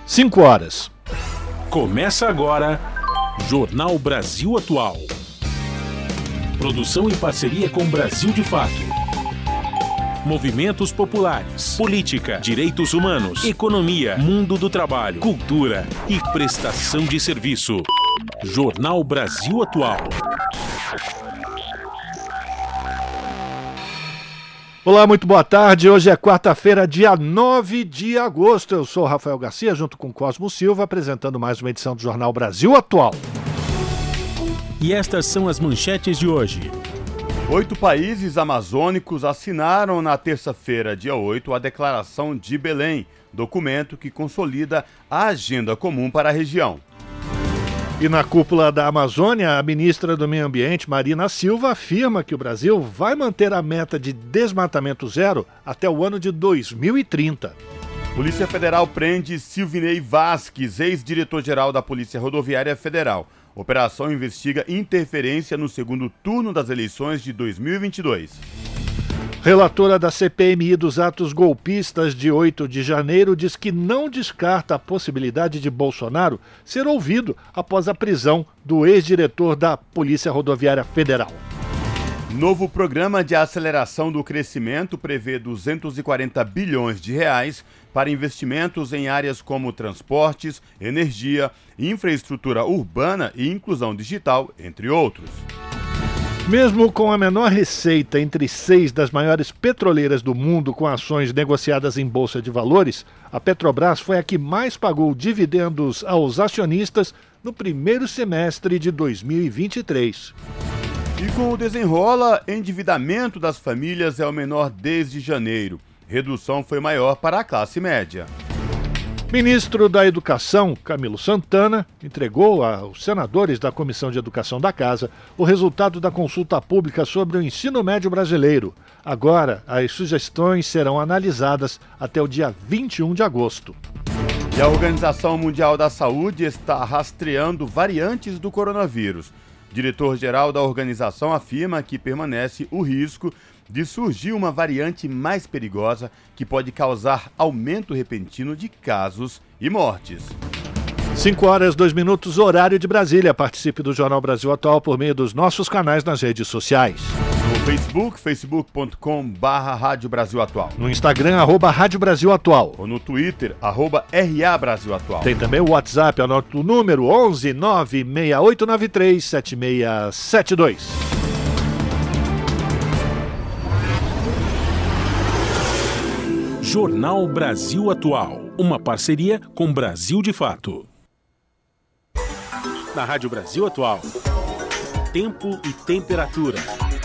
5 horas. Começa agora, Jornal Brasil Atual. Produção em parceria com Brasil de Fato. Movimentos populares, política, direitos humanos, economia, mundo do trabalho, cultura e prestação de serviço. Jornal Brasil Atual. Olá, muito boa tarde. Hoje é quarta-feira, dia 9 de agosto. Eu sou Rafael Garcia, junto com Cosmo Silva, apresentando mais uma edição do Jornal Brasil Atual. E estas são as manchetes de hoje. 8 países amazônicos assinaram na terça-feira, dia 8, a Declaração de Belém, documento que consolida a agenda comum para a região. E na cúpula da Amazônia, a ministra do Meio Ambiente, Marina Silva, afirma que o Brasil vai manter a meta de desmatamento zero até o ano de 2030. Polícia Federal prende Silvinei Vasques, ex-diretor-geral da Polícia Rodoviária Federal. Operação investiga interferência no segundo turno das eleições de 2022. Relatora da CPMI dos atos golpistas de 8 de janeiro diz que não descarta a possibilidade de Bolsonaro ser ouvido após a prisão do ex-diretor da Polícia Rodoviária Federal. Novo programa de aceleração do crescimento prevê 240 bilhões de reais para investimentos em áreas como transportes, energia, infraestrutura urbana e inclusão digital, entre outros. Mesmo com a menor receita entre 6 das maiores petroleiras do mundo com ações negociadas em bolsa de valores, a Petrobras foi a que mais pagou dividendos aos acionistas no primeiro semestre de 2023. E com o desenrola, endividamento das famílias é o menor desde janeiro. Redução foi maior para a classe média. Ministro da Educação, Camilo Santana, entregou aos senadores da Comissão de Educação da Casa o resultado da consulta pública sobre o ensino médio brasileiro. Agora, as sugestões serão analisadas até o dia 21 de agosto. E a Organização Mundial da Saúde está rastreando variantes do coronavírus. O diretor-geral da organização afirma que permanece o risco de surgir uma variante mais perigosa que pode causar aumento repentino de casos e mortes. 5 horas, 2 minutos, horário de Brasília. Participe do Jornal Brasil Atual por meio dos nossos canais nas redes sociais. No Facebook, facebook.com/Rádio Brasil Atual. No Instagram, @Rádio Brasil Atual. Ou no Twitter, @RA Brasil Atual. Tem também o WhatsApp, anota o número 11 96893 7672. Jornal Brasil Atual, uma parceria com Brasil de Fato. Na Rádio Brasil Atual, tempo e temperatura.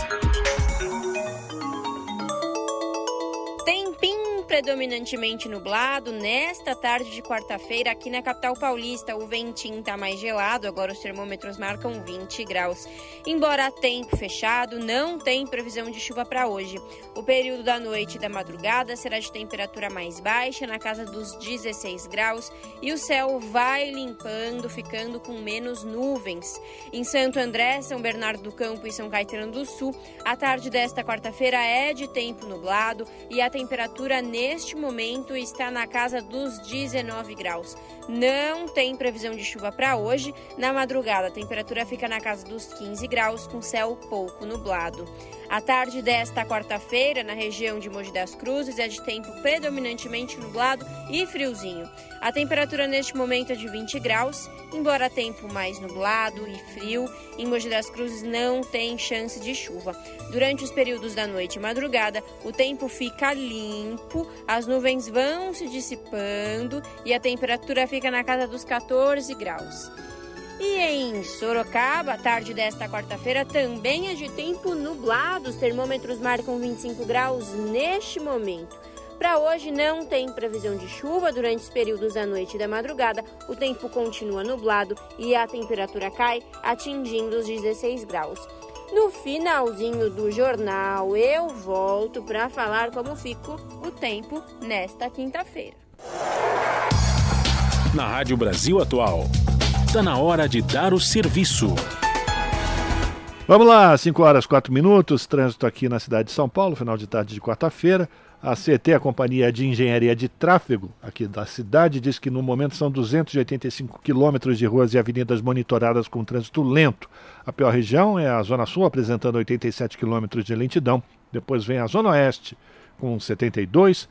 Predominantemente nublado nesta tarde de quarta-feira aqui na capital paulista. O ventinho está mais gelado, agora os termômetros marcam 20 graus. Embora tempo fechado, não tem previsão de chuva para hoje. O período da noite e da madrugada será de temperatura mais baixa, na casa dos 16 graus, e o céu vai limpando, ficando com menos nuvens. Em Santo André, São Bernardo do Campo e São Caetano do Sul, a tarde desta quarta-feira é de tempo nublado e a temperatura neste momento está na casa dos 19 graus. Não tem previsão de chuva para hoje. Na madrugada, a temperatura fica na casa dos 15 graus, com céu pouco nublado. A tarde desta quarta-feira, na região de Mogi das Cruzes, é de tempo predominantemente nublado e friozinho. A temperatura neste momento é de 20 graus, embora tempo mais nublado e frio, em Mogi das Cruzes não tem chance de chuva. Durante os períodos da noite e madrugada, o tempo fica limpo, as nuvens vão se dissipando e a temperatura fica na casa dos 14 graus. E em Sorocaba, a tarde desta quarta-feira também é de tempo nublado. Os termômetros marcam 25 graus neste momento. Para hoje não tem previsão de chuva durante os períodos da noite e da madrugada. O tempo continua nublado e a temperatura cai, atingindo os 16 graus. No finalzinho do jornal, eu volto para falar como fica o tempo nesta quinta-feira. Na Rádio Brasil Atual, está na hora de dar o serviço. Vamos lá, 5 horas, 4 minutos, trânsito aqui na cidade de São Paulo, final de tarde de quarta-feira. A CET, a Companhia de Engenharia de Tráfego aqui da cidade, diz que no momento são 285 quilômetros de ruas e avenidas monitoradas com trânsito lento. A pior região é a Zona Sul, apresentando 87 quilômetros de lentidão. Depois vem a Zona Oeste, com 72,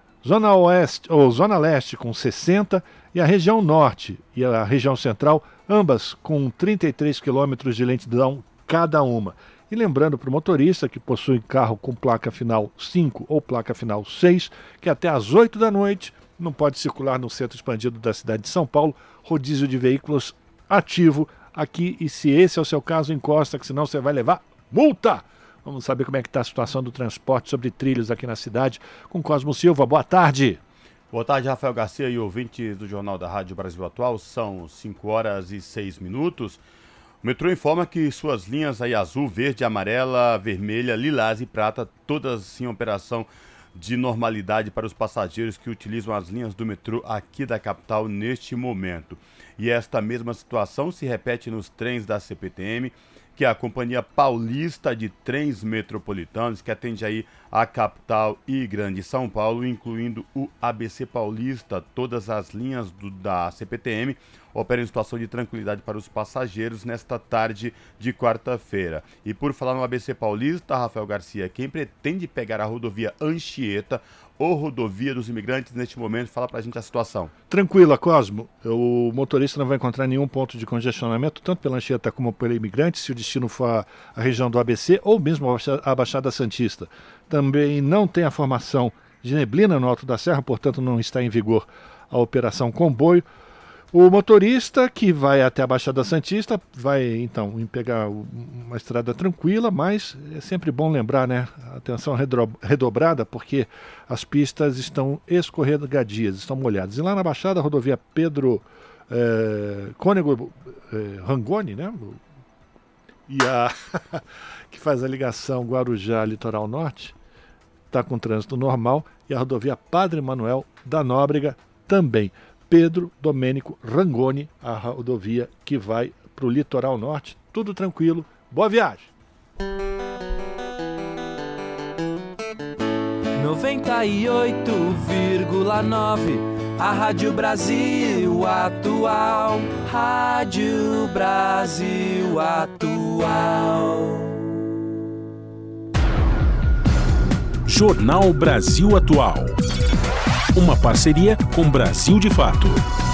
Zona Leste, com 60, e a região Norte e a região Central, ambas com 33 quilômetros de lentidão cada uma. E lembrando para o motorista que possui carro com placa final 5 ou placa final 6, que até às 8 da noite não pode circular no centro expandido da cidade de São Paulo, rodízio de veículos ativo aqui, e se esse é o seu caso, encosta, que senão você vai levar multa. Vamos saber como é que está a situação do transporte sobre trilhos aqui na cidade com Cosmo Silva. Boa tarde. Boa tarde, Rafael Garcia e ouvintes do Jornal da Rádio Brasil Atual. São 5h06. O metrô informa que suas linhas aí azul, verde, amarela, vermelha, lilás e prata, todas em operação de normalidade para os passageiros que utilizam as linhas do metrô aqui da capital neste momento. E esta mesma situação se repete nos trens da CPTM, que é a Companhia Paulista de Trens Metropolitanos, que atende aí a capital e Grande São Paulo, incluindo o ABC Paulista. Todas as linhas da CPTM operam em situação de tranquilidade para os passageiros nesta tarde de quarta-feira. E por falar no ABC Paulista, Rafael Garcia, quem pretende pegar a rodovia Anchieta ou rodovia dos imigrantes neste momento, fala pra gente a situação. Tranquila, Cosmo. O motorista não vai encontrar nenhum ponto de congestionamento, tanto pela Anchieta como pela imigrante, se o destino for a região do ABC ou mesmo a Baixada Santista. Também não tem a formação de neblina no Alto da Serra, portanto não está em vigor a Operação Comboio. O motorista que vai até a Baixada Santista vai, então, pegar uma estrada tranquila, mas é sempre bom lembrar, né? Atenção redobrada, porque as pistas estão escorregadias, estão molhadas. E lá na Baixada, a rodovia Pedro Cônego Rangoni, né? E a que faz a ligação Guarujá-Litoral Norte, está com trânsito normal, e a rodovia Padre Manuel da Nóbrega também. Pedro Domênico Rangoni, a rodovia que vai para o litoral norte. Tudo tranquilo. Boa viagem! 98,9 A Rádio Brasil Atual. Rádio Brasil Atual. Jornal Brasil Atual. Uma parceria com Brasil de Fato.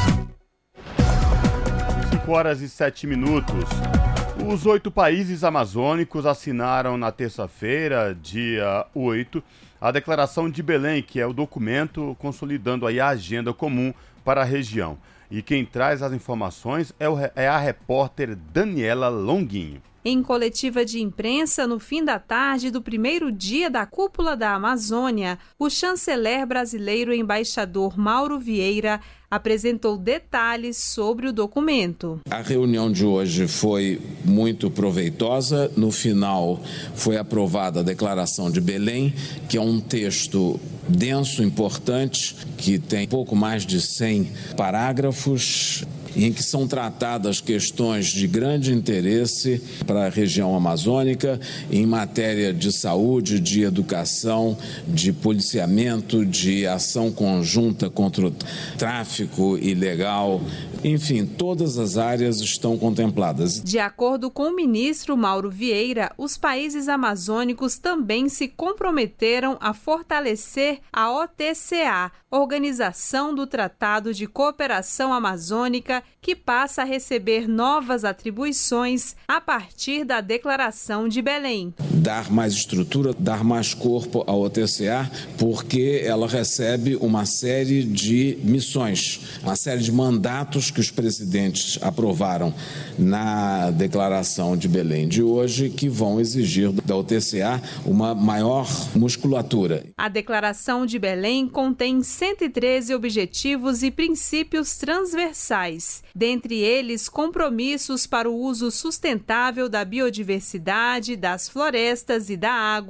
5h07. Os 8 países amazônicos assinaram na terça-feira, dia 8, a Declaração de Belém, que é o documento consolidando aí a agenda comum para a região. E quem traz as informações é a repórter Daniela Longuinho. Em coletiva de imprensa no fim da tarde do primeiro dia da Cúpula da Amazônia, o chanceler brasileiro embaixador Mauro Vieira apresentou detalhes sobre o documento. A reunião de hoje foi muito proveitosa. No final foi aprovada a Declaração de Belém, que é um texto denso, importante, que tem pouco mais de 100 parágrafos, em que são tratadas questões de grande interesse para a região amazônica, em matéria de saúde, de educação, de policiamento, de ação conjunta contra o tráfico ilegal. Enfim, todas as áreas estão contempladas. De acordo com o ministro Mauro Vieira, os países amazônicos também se comprometeram a fortalecer a OTCA, Organização do Tratado de Cooperação Amazônica, que passa a receber novas atribuições a partir da Declaração de Belém. Dar mais estrutura, dar mais corpo à OTCA, porque ela recebe uma série de missões, uma série de mandatos que os presidentes aprovaram na Declaração de Belém de hoje, que vão exigir da OTCA uma maior musculatura. A Declaração de Belém contém 113 objetivos e princípios transversais, dentre eles compromissos para o uso sustentável da biodiversidade, das florestas e da água,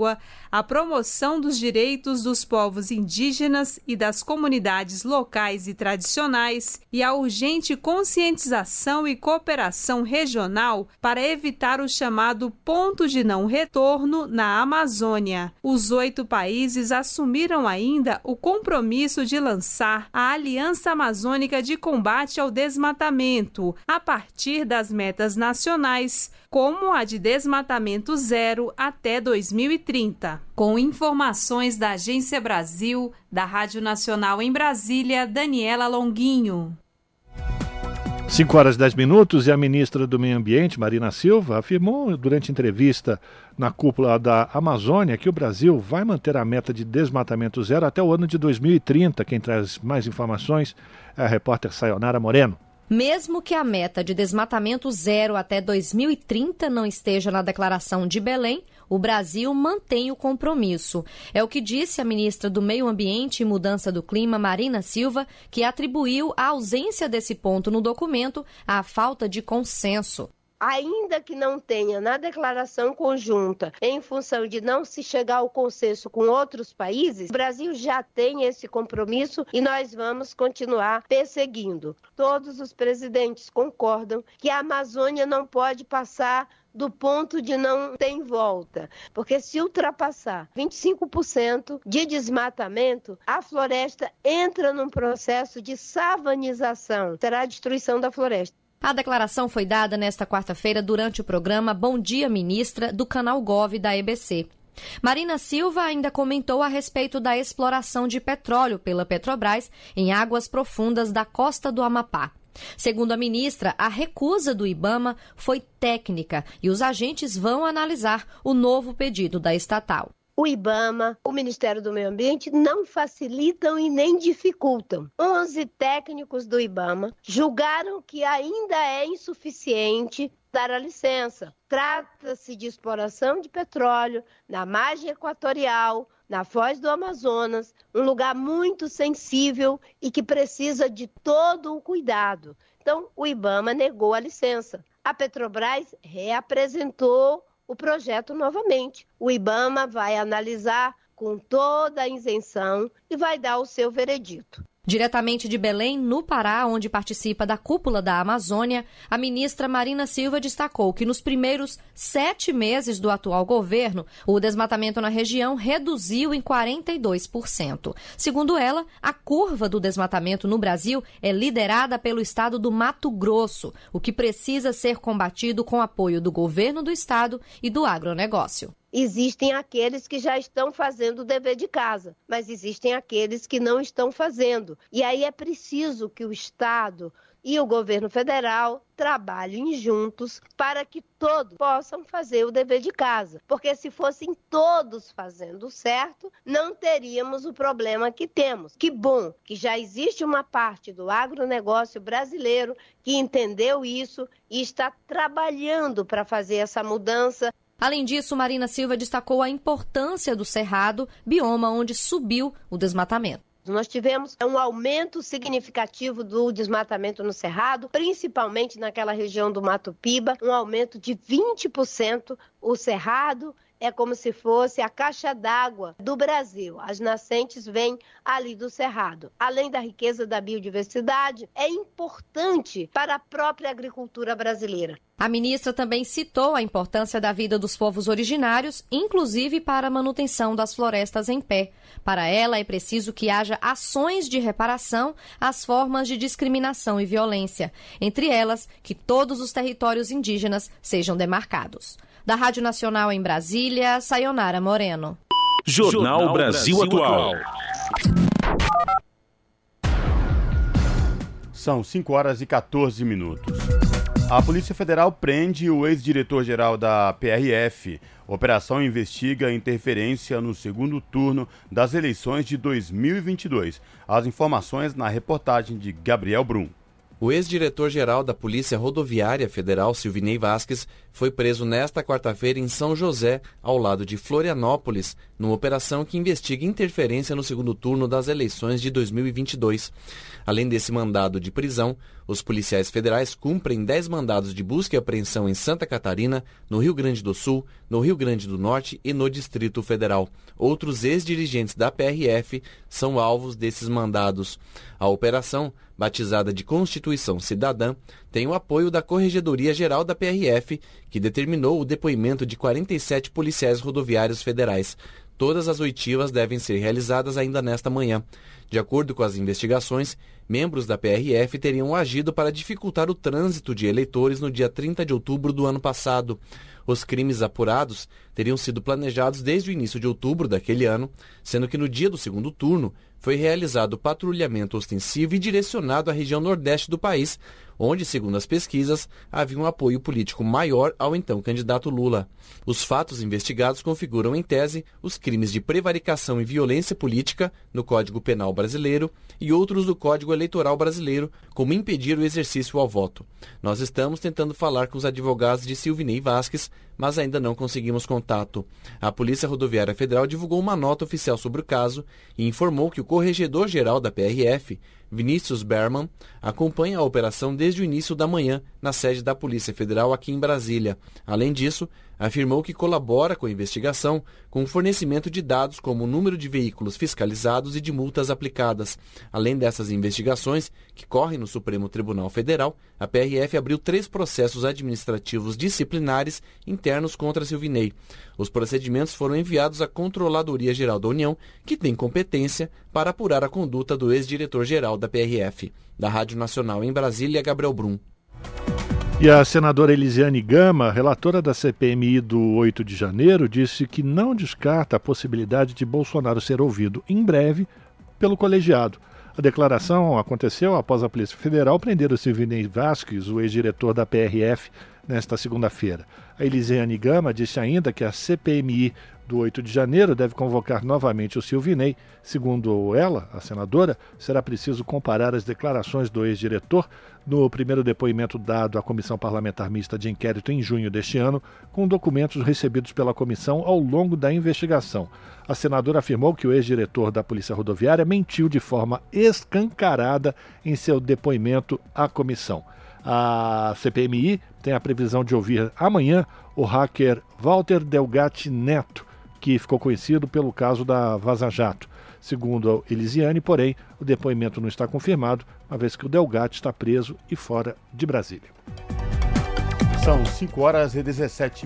a promoção dos direitos dos povos indígenas e das comunidades locais e tradicionais e a urgente conscientização e cooperação regional para evitar o chamado ponto de não retorno na Amazônia. Os 8 países assumiram ainda o compromisso de lançar a Aliança Amazônica de Combate ao Desmatamento, a partir das metas nacionais, como a de desmatamento zero até 2030. Com informações da Agência Brasil, da Rádio Nacional em Brasília, Daniela Longuinho. 5h10 e a ministra do Meio Ambiente, Marina Silva, afirmou durante entrevista na cúpula da Amazônia que o Brasil vai manter a meta de desmatamento zero até o ano de 2030. Quem traz mais informações é a repórter Sayonara Moreno. Mesmo que a meta de desmatamento zero até 2030 não esteja na Declaração de Belém, o Brasil mantém o compromisso. É o que disse a ministra do Meio Ambiente e Mudança do Clima, Marina Silva, que atribuiu a ausência desse ponto no documento à falta de consenso. Ainda que não tenha na declaração conjunta, em função de não se chegar ao consenso com outros países, o Brasil já tem esse compromisso e nós vamos continuar perseguindo. Todos os presidentes concordam que a Amazônia não pode passar do ponto de não ter volta, porque se ultrapassar 25% de desmatamento, a floresta entra num processo de savanização, terá a destruição da floresta. A declaração foi dada nesta quarta-feira durante o programa Bom Dia Ministra do canal Gov da EBC. Marina Silva ainda comentou a respeito da exploração de petróleo pela Petrobras em águas profundas da costa do Amapá. Segundo a ministra, a recusa do IBAMA foi técnica e os agentes vão analisar o novo pedido da estatal. O IBAMA, o Ministério do Meio Ambiente não facilitam e nem dificultam. 11 técnicos do IBAMA julgaram que ainda é insuficiente dar a licença. Trata-se de exploração de petróleo na margem equatorial, na foz do Amazonas, um lugar muito sensível e que precisa de todo o cuidado. Então, o IBAMA negou a licença. A Petrobras reapresentou o projeto novamente. O IBAMA vai analisar com toda a isenção e vai dar o seu veredito. Diretamente de Belém, no Pará, onde participa da cúpula da Amazônia, a ministra Marina Silva destacou que nos primeiros 7 meses do atual governo, o desmatamento na região reduziu em 42%. Segundo ela, a curva do desmatamento no Brasil é liderada pelo estado do Mato Grosso, o que precisa ser combatido com apoio do governo do estado e do agronegócio. Existem aqueles que já estão fazendo o dever de casa, mas existem aqueles que não estão fazendo. E aí é preciso que o Estado e o governo federal trabalhem juntos para que todos possam fazer o dever de casa. Porque se fossem todos fazendo certo, não teríamos o problema que temos. Que bom que já existe uma parte do agronegócio brasileiro que entendeu isso e está trabalhando para fazer essa mudança. Além disso, Marina Silva destacou a importância do cerrado, bioma onde subiu o desmatamento. Nós tivemos um aumento significativo do desmatamento no Cerrado, principalmente naquela região do Mato Piba, um aumento de 20%. O Cerrado é como se fosse a caixa d'água do Brasil. As nascentes vêm ali do Cerrado. Além da riqueza da biodiversidade, é importante para a própria agricultura brasileira. A ministra também citou a importância da vida dos povos originários, inclusive para a manutenção das florestas em pé. Para ela, é preciso que haja ações de reparação às formas de discriminação e violência, entre elas que todos os territórios indígenas sejam demarcados. Da Rádio Nacional em Brasília, Sayonara Moreno. Jornal Brasil Atual. São 5h14. A Polícia Federal prende o ex-diretor-geral da PRF. A operação investiga a interferência no segundo turno das eleições de 2022. As informações na reportagem de Gabriel Brum. O ex-diretor-geral da Polícia Rodoviária Federal, Silvinei Vasquez, foi preso nesta quarta-feira em São José, ao lado de Florianópolis, numa operação que investiga interferência no segundo turno das eleições de 2022. Além desse mandado de prisão, os policiais federais cumprem 10 mandados de busca e apreensão em Santa Catarina, no Rio Grande do Sul, no Rio Grande do Norte e no Distrito Federal. Outros ex-dirigentes da PRF são alvos desses mandados. A operação, batizada de Constituição Cidadã, tem o apoio da Corregedoria Geral da PRF, que determinou o depoimento de 47 policiais rodoviários federais. Todas as oitivas devem ser realizadas ainda nesta manhã. De acordo com as investigações, membros da PRF teriam agido para dificultar o trânsito de eleitores no dia 30 de outubro do ano passado. Os crimes apurados teriam sido planejados desde o início de outubro daquele ano, sendo que no dia do segundo turno foi realizado patrulhamento ostensivo e direcionado à região nordeste do país, onde, segundo as pesquisas, havia um apoio político maior ao então candidato Lula. Os fatos investigados configuram, em tese, os crimes de prevaricação e violência política no Código Penal brasileiro e outros do Código Eleitoral brasileiro, como impedir o exercício ao voto. Nós estamos tentando falar com os advogados de Silvinei Vasquez, mas ainda não conseguimos contato. A Polícia Rodoviária Federal divulgou uma nota oficial sobre o caso e informou que o corregedor-geral da PRF, Vinícius Berman, acompanha a operação desde o início da manhã na sede da Polícia Federal aqui em Brasília. Além disso, afirmou que colabora com a investigação com o fornecimento de dados como o número de veículos fiscalizados e de multas aplicadas. Além dessas investigações, que correm no Supremo Tribunal Federal, a PRF abriu 3 processos administrativos disciplinares internos contra Silvinei. Os procedimentos foram enviados à Controladoria Geral da União, que tem competência para apurar a conduta do ex-diretor-geral da PRF. Da Rádio Nacional em Brasília, Gabriel Brum. E a senadora Elisiane Gama, relatora da CPMI do 8 de janeiro, disse que não descarta a possibilidade de Bolsonaro ser ouvido em breve pelo colegiado. A declaração aconteceu após a Polícia Federal prender o Silvinei Vasquez, o ex-diretor da PRF, nesta segunda-feira. A Elisiane Gama disse ainda que a CPMI do 8 de janeiro deve convocar novamente o Silvinei. Segundo ela, a senadora, será preciso comparar as declarações do ex-diretor no primeiro depoimento dado à Comissão Parlamentar Mista de Inquérito em junho deste ano, com documentos recebidos pela comissão ao longo da investigação. A senadora afirmou que o ex-diretor da Polícia Rodoviária mentiu de forma escancarada em seu depoimento à comissão. A CPMI tem a previsão de ouvir amanhã o hacker Walter Delgatti Neto, que ficou conhecido pelo caso da Vaza Jato. Segundo a Elisiane, porém, o depoimento não está confirmado, uma vez que o Delgatti está preso e fora de Brasília. São 5h17.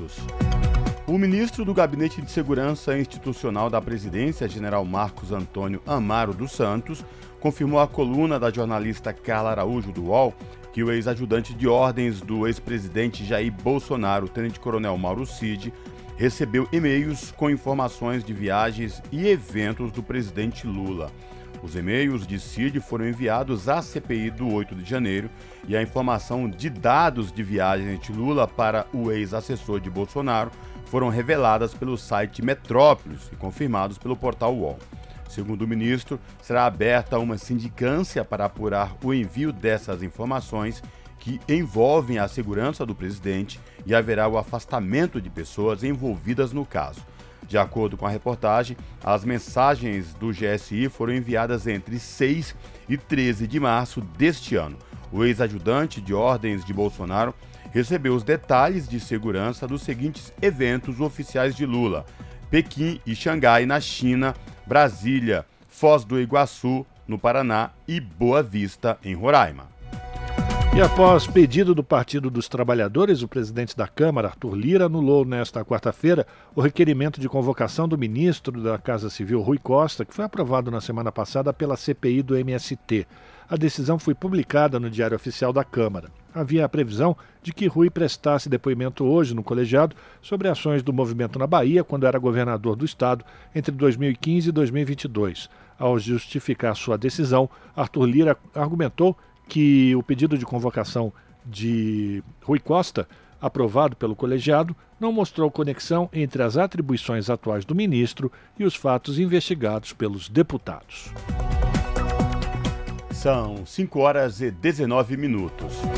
O ministro do Gabinete de Segurança Institucional da Presidência, general Marcos Antônio Amaro dos Santos, confirmou à coluna da jornalista Carla Araújo do UOL que o ex-ajudante de ordens do ex-presidente Jair Bolsonaro, o tenente-coronel Mauro Cid, recebeu e-mails com informações de viagens e eventos do presidente Lula. Os e-mails de Cid foram enviados à CPI do 8 de janeiro e a informação de dados de viagens de Lula para o ex-assessor de Bolsonaro foram reveladas pelo site Metrópolis e confirmados pelo portal UOL. Segundo o ministro, será aberta uma sindicância para apurar o envio dessas informações que envolvem a segurança do presidente e haverá o afastamento de pessoas envolvidas no caso. De acordo com a reportagem, as mensagens do GSI foram enviadas entre 6 e 13 de março deste ano. O ex-ajudante de ordens de Bolsonaro recebeu os detalhes de segurança dos seguintes eventos oficiais de Lula: Pequim e Xangai, na China, Brasília, Foz do Iguaçu, no Paraná, e Boa Vista, em Roraima. E após pedido do Partido dos Trabalhadores, o presidente da Câmara, Arthur Lira, anulou nesta quarta-feira o requerimento de convocação do ministro da Casa Civil, Rui Costa, que foi aprovado na semana passada pela CPI do MST. A decisão foi publicada no Diário Oficial da Câmara. Havia a previsão de que Rui prestasse depoimento hoje no colegiado sobre ações do movimento na Bahia, quando era governador do estado, entre 2015 e 2022. Ao justificar sua decisão, Arthur Lira argumentou que o pedido de convocação de Rui Costa, aprovado pelo colegiado, não mostrou conexão entre as atribuições atuais do ministro e os fatos investigados pelos deputados. São 5h19.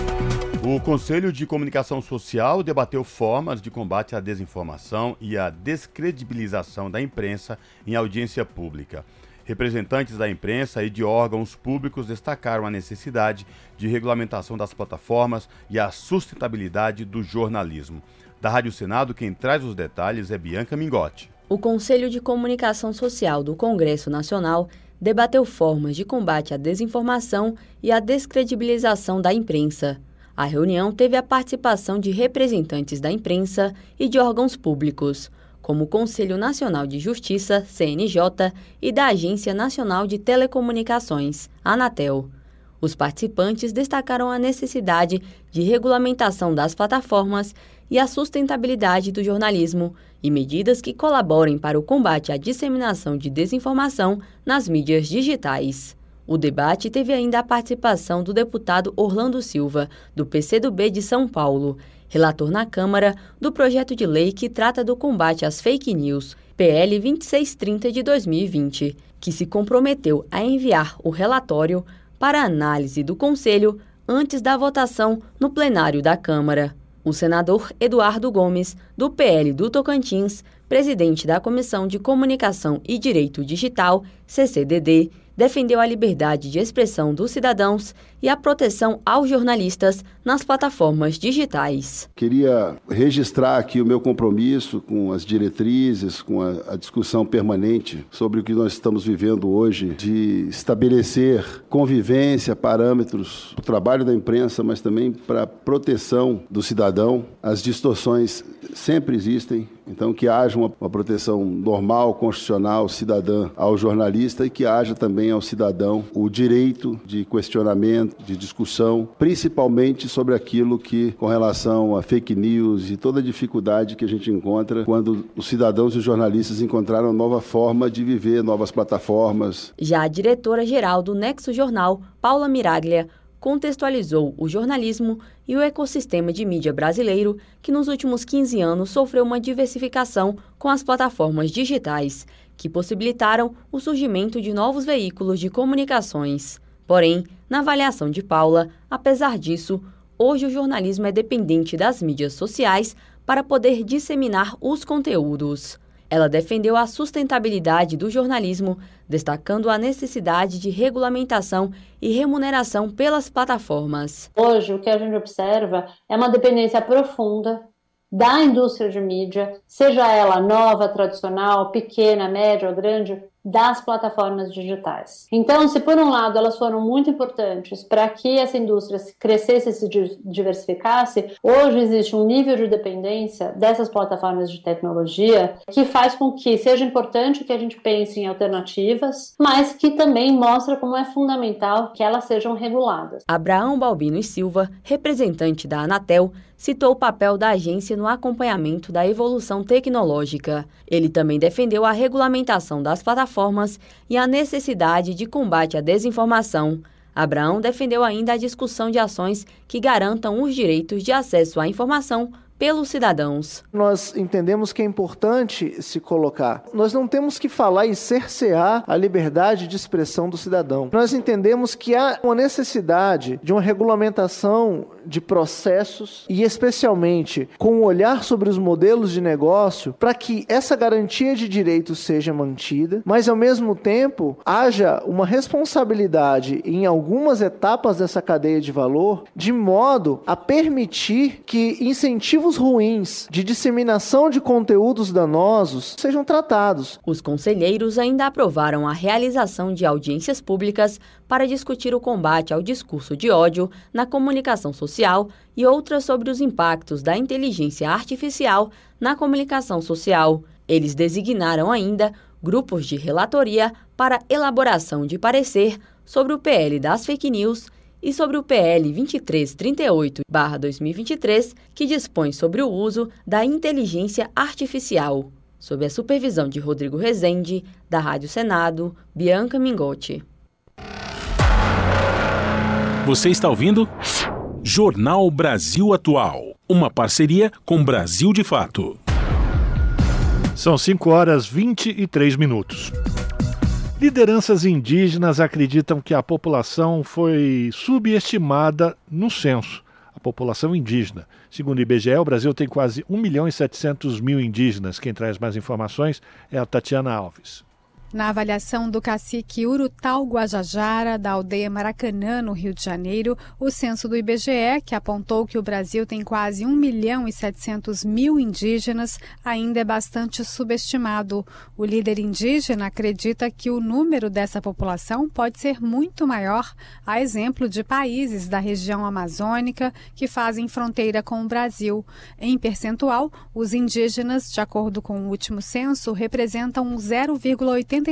O Conselho de Comunicação Social debateu formas de combate à desinformação e à descredibilização da imprensa em audiência pública. Representantes da imprensa e de órgãos públicos destacaram a necessidade de regulamentação das plataformas e a sustentabilidade do jornalismo. Da Rádio Senado, quem traz os detalhes é Bianca Mingotti. O Conselho de Comunicação Social do Congresso Nacional debateu formas de combate à desinformação e à descredibilização da imprensa. A reunião teve a participação de representantes da imprensa e de órgãos públicos, como o Conselho Nacional de Justiça, CNJ, e da Agência Nacional de Telecomunicações, Anatel. Os participantes destacaram a necessidade de regulamentação das plataformas e a sustentabilidade do jornalismo e medidas que colaborem para o combate à disseminação de desinformação nas mídias digitais. O debate teve ainda a participação do deputado Orlando Silva, do PCdoB de São Paulo, relator na Câmara do projeto de lei que trata do combate às fake news, PL 2630 de 2020, que se comprometeu a enviar o relatório para análise do Conselho antes da votação no plenário da Câmara. O senador Eduardo Gomes, do PL do Tocantins, presidente da Comissão de Comunicação e Direito Digital, CCDD, defendeu a liberdade de expressão dos cidadãos e a proteção aos jornalistas nas plataformas digitais. Queria registrar aqui o meu compromisso com as diretrizes, com a discussão permanente sobre o que nós estamos vivendo hoje, de estabelecer convivência, parâmetros para o trabalho da imprensa, mas também para a proteção do cidadão. As distorções sempre existem, então que haja uma proteção normal, constitucional, cidadã ao jornalista e que haja também ao cidadão o direito de questionamento, de discussão, principalmente sobre aquilo que, com relação a fake news e toda a dificuldade que a gente encontra quando os cidadãos e os jornalistas encontraram nova forma de viver, novas plataformas. Já a diretora-geral do Nexo Jornal, Paula Miraglia, contextualizou o jornalismo e o ecossistema de mídia brasileiro, que nos últimos 15 anos sofreu uma diversificação com as plataformas digitais, que possibilitaram o surgimento de novos veículos de comunicações. Porém, na avaliação de Paula, apesar disso, hoje o jornalismo é dependente das mídias sociais para poder disseminar os conteúdos. Ela defendeu a sustentabilidade do jornalismo, destacando a necessidade de regulamentação e remuneração pelas plataformas. Hoje, o que a gente observa é uma dependência profunda da indústria de mídia, seja ela nova, tradicional, pequena, média ou grande, das plataformas digitais. Então, se por um lado elas foram muito importantes para que essa indústria crescesse e se diversificasse, hoje existe um nível de dependência dessas plataformas de tecnologia que faz com que seja importante que a gente pense em alternativas, mas que também mostra como é fundamental que elas sejam reguladas. Abraão Balbino e Silva, representante da Anatel, citou o papel da agência no acompanhamento da evolução tecnológica. Ele também defendeu a regulamentação das plataformas e a necessidade de combate à desinformação. Abraão defendeu ainda a discussão de ações que garantam os direitos de acesso à informação pelos cidadãos. Nós entendemos que é importante se colocar. Nós não temos que falar e cercear a liberdade de expressão do cidadão. Nós entendemos que há uma necessidade de uma regulamentação de processos e especialmente com um olhar sobre os modelos de negócio para que essa garantia de direitos seja mantida, mas ao mesmo tempo haja uma responsabilidade em algumas etapas dessa cadeia de valor de modo a permitir que incentivos ruins de disseminação de conteúdos danosos sejam tratados. Os conselheiros ainda aprovaram a realização de audiências públicas para discutir o combate ao discurso de ódio na comunicação social e outras sobre os impactos da inteligência artificial na comunicação social. Eles designaram ainda grupos de relatoria para elaboração de sobre o PL das fake news e sobre o PL 2338/2023, que dispõe sobre o uso da inteligência artificial. Sob a supervisão de Rodrigo Rezende, da Rádio Senado, Bianca Mingotti. Você está ouvindo Jornal Brasil Atual, uma parceria com Brasil de Fato. São 5h23. Lideranças indígenas acreditam que a população foi subestimada no censo. A população indígena. Segundo o IBGE, o Brasil tem quase 1.700.000 indígenas. Quem traz mais informações é a Tatiana Alves. Na avaliação do cacique Urutau Guajajara, da aldeia Maracanã, no Rio de Janeiro, o censo do IBGE, que apontou que o Brasil tem quase 1.700.000 indígenas, ainda é bastante subestimado. O líder indígena acredita que o número dessa população pode ser muito maior, a exemplo de países da região amazônica que fazem fronteira com o Brasil. Em percentual, os indígenas, de acordo com o último censo, representam 0,83%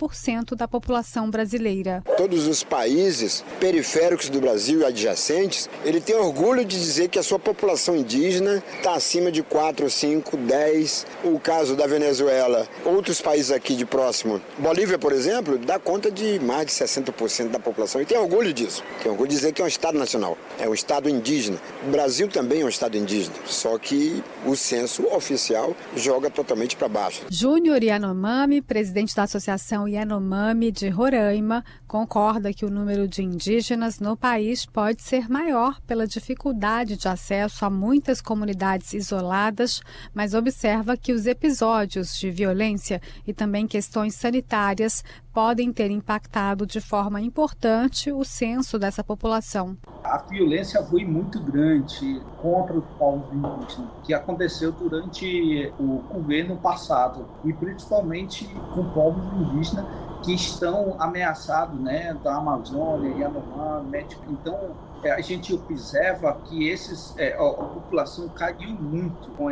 da população brasileira. Todos os países periféricos do Brasil e adjacentes, ele tem orgulho de dizer que a sua população indígena está acima de 4, 5, 10. O caso da Venezuela, outros países aqui de próximo. Bolívia, por exemplo, dá conta de mais de 60% da população e tem orgulho disso. Tem orgulho de dizer que é um Estado nacional, é um Estado indígena. O Brasil também é um Estado indígena, só que o censo oficial joga totalmente para baixo. Júnior Yanomami, presidente da Associação Yanomami de Roraima, concorda que o número de indígenas no país pode ser maior pela dificuldade de acesso a muitas comunidades isoladas, mas observa que os episódios de violência e também questões sanitárias podem ter impactado de forma importante o censo dessa população. A violência foi muito grande contra os povos indígenas, que aconteceu durante o governo passado, e principalmente com povos indígenas que estão ameaçados, né, da Amazônia, Yanomami. Então, a gente observa que a população caiu muito com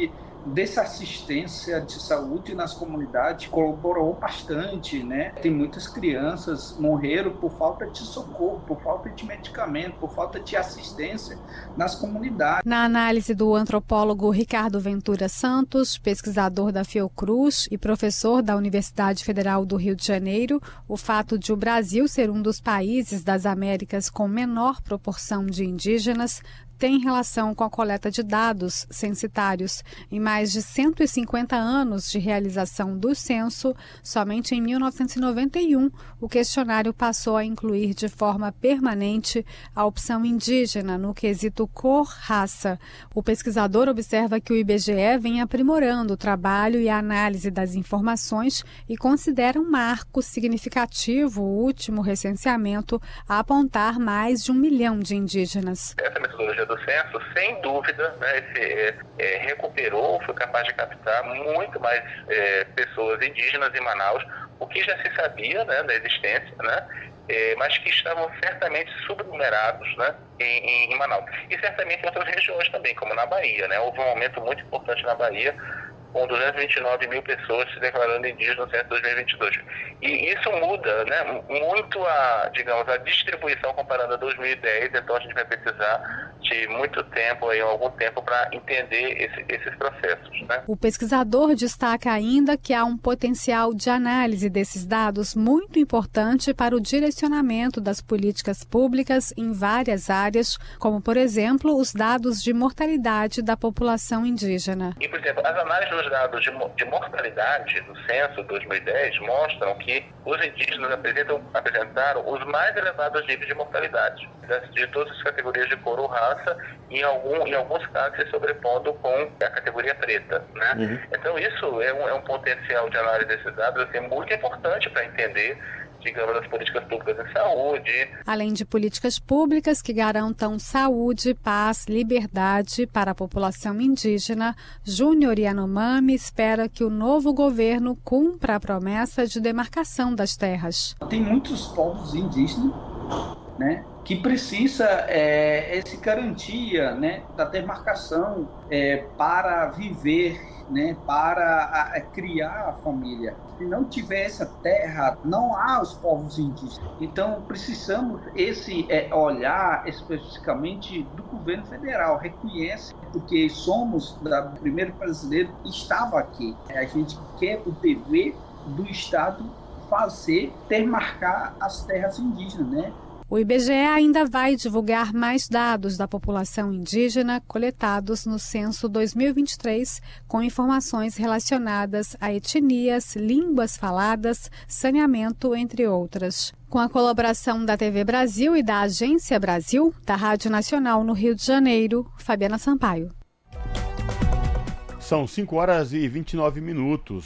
dessa assistência de saúde nas comunidades, colaborou bastante, né? Tem muitas crianças morreram por falta de socorro, por falta de medicamento, por falta de assistência nas comunidades. Na análise do antropólogo Ricardo Ventura Santos, pesquisador da Fiocruz e professor da Universidade Federal do Rio de Janeiro, o fato de o Brasil ser um dos países das Américas com menor proporção de indígenas tem relação com a coleta de dados censitários. Em mais de 150 anos de realização do censo, somente em 1991, o questionário passou a incluir de forma permanente a opção indígena no quesito cor-raça. O pesquisador observa que o IBGE vem aprimorando o trabalho e a análise das informações e considera um marco significativo o último recenseamento a apontar mais de 1 milhão de indígenas. Essa metodologia do censo, sem dúvida, né, recuperou, foi capaz de captar muito mais pessoas indígenas em Manaus, o que já se sabia, né, da existência, né, mas que estavam certamente subnumerados, né, em Manaus. E certamente em outras regiões também, como na Bahia, né, houve um aumento muito importante na Bahia, com 229 mil pessoas se declarando indígenas no censo de 2022. E isso muda, né, muito a distribuição comparada a 2010, então a gente vai precisar de muito tempo, algum tempo, para entender esses processos, né? O pesquisador destaca ainda que há um potencial de análise desses dados muito importante para o direcionamento das políticas públicas em várias áreas, como, por exemplo, os dados de mortalidade da população indígena. E, por exemplo, as análises dos dados de mortalidade do censo de 2010 mostram que os indígenas apresentaram os mais elevados níveis de mortalidade de todas as categorias de cor ou raça, e em alguns casos se sobrepondo com a categoria preta, né? Uhum. Então isso é um potencial de análise desses dados muito importante para entender, digamos, as políticas públicas de saúde. Além de políticas públicas que garantam saúde, paz, liberdade para a população indígena, Júnior Yanomami espera que o novo governo cumpra a promessa de demarcação das terras. Tem muitos povos indígenas, né, que precisa essa garantia, né, da demarcação para viver, né, para criar a família. Se não tiver essa terra, não há os povos indígenas. Então, precisamos olhar especificamente do governo federal. Reconhece, porque somos o primeiro brasileiro que estava aqui. A gente quer o dever do Estado demarcar as terras indígenas, né? O IBGE ainda vai divulgar mais dados da população indígena coletados no Censo 2023, com informações relacionadas a etnias, línguas faladas, saneamento, entre outras. Com a colaboração da TV Brasil e da Agência Brasil, da Rádio Nacional no Rio de Janeiro, Fabiana Sampaio. São 5h29.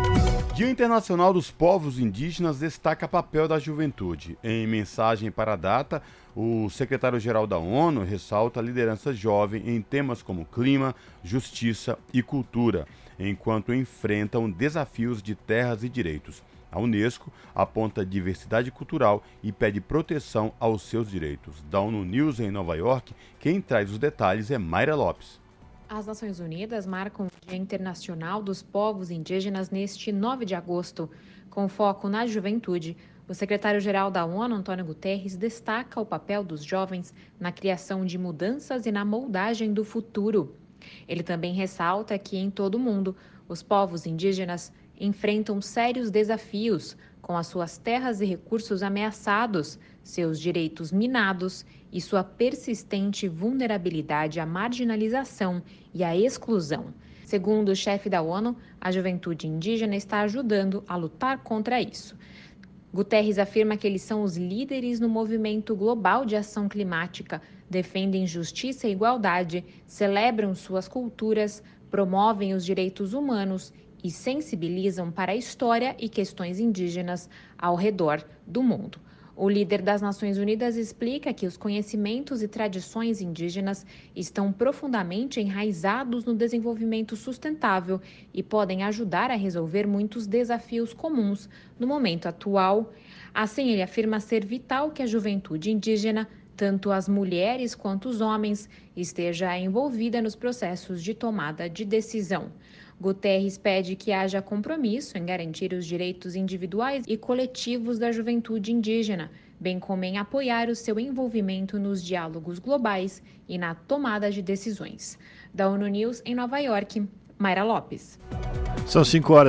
Dia Internacional dos Povos Indígenas destaca papel da juventude. Em mensagem para a data, o secretário-geral da ONU ressalta a liderança jovem em temas como clima, justiça e cultura, enquanto enfrentam desafios de terras e direitos. A Unesco aponta diversidade cultural e pede proteção aos seus direitos. Da ONU News em Nova York, quem traz os detalhes é Mayra Lopes. As Nações Unidas marcam o Dia Internacional dos Povos Indígenas neste 9 de agosto. Com foco na juventude, o secretário-geral da ONU, Antônio Guterres, destaca o papel dos jovens na criação de mudanças e na moldagem do futuro. Ele também ressalta que, em todo o mundo, os povos indígenas enfrentam sérios desafios, com as suas terras e recursos ameaçados, seus direitos minados e sua persistente vulnerabilidade à marginalização e à exclusão. Segundo o chefe da ONU, a juventude indígena está ajudando a lutar contra isso. Guterres afirma que eles são os líderes no movimento global de ação climática, defendem justiça e igualdade, celebram suas culturas, promovem os direitos humanos e sensibilizam para a história e questões indígenas ao redor do mundo. O líder das Nações Unidas explica que os conhecimentos e tradições indígenas estão profundamente enraizados no desenvolvimento sustentável e podem ajudar a resolver muitos desafios comuns no momento atual. Assim, ele afirma ser vital que a juventude indígena, tanto as mulheres quanto os homens, esteja envolvida nos processos de tomada de decisão. Guterres pede que haja compromisso em garantir os direitos individuais e coletivos da juventude indígena, bem como em apoiar o seu envolvimento nos diálogos globais e na tomada de decisões. Da ONU News em Nova York, Mayra Lopes. São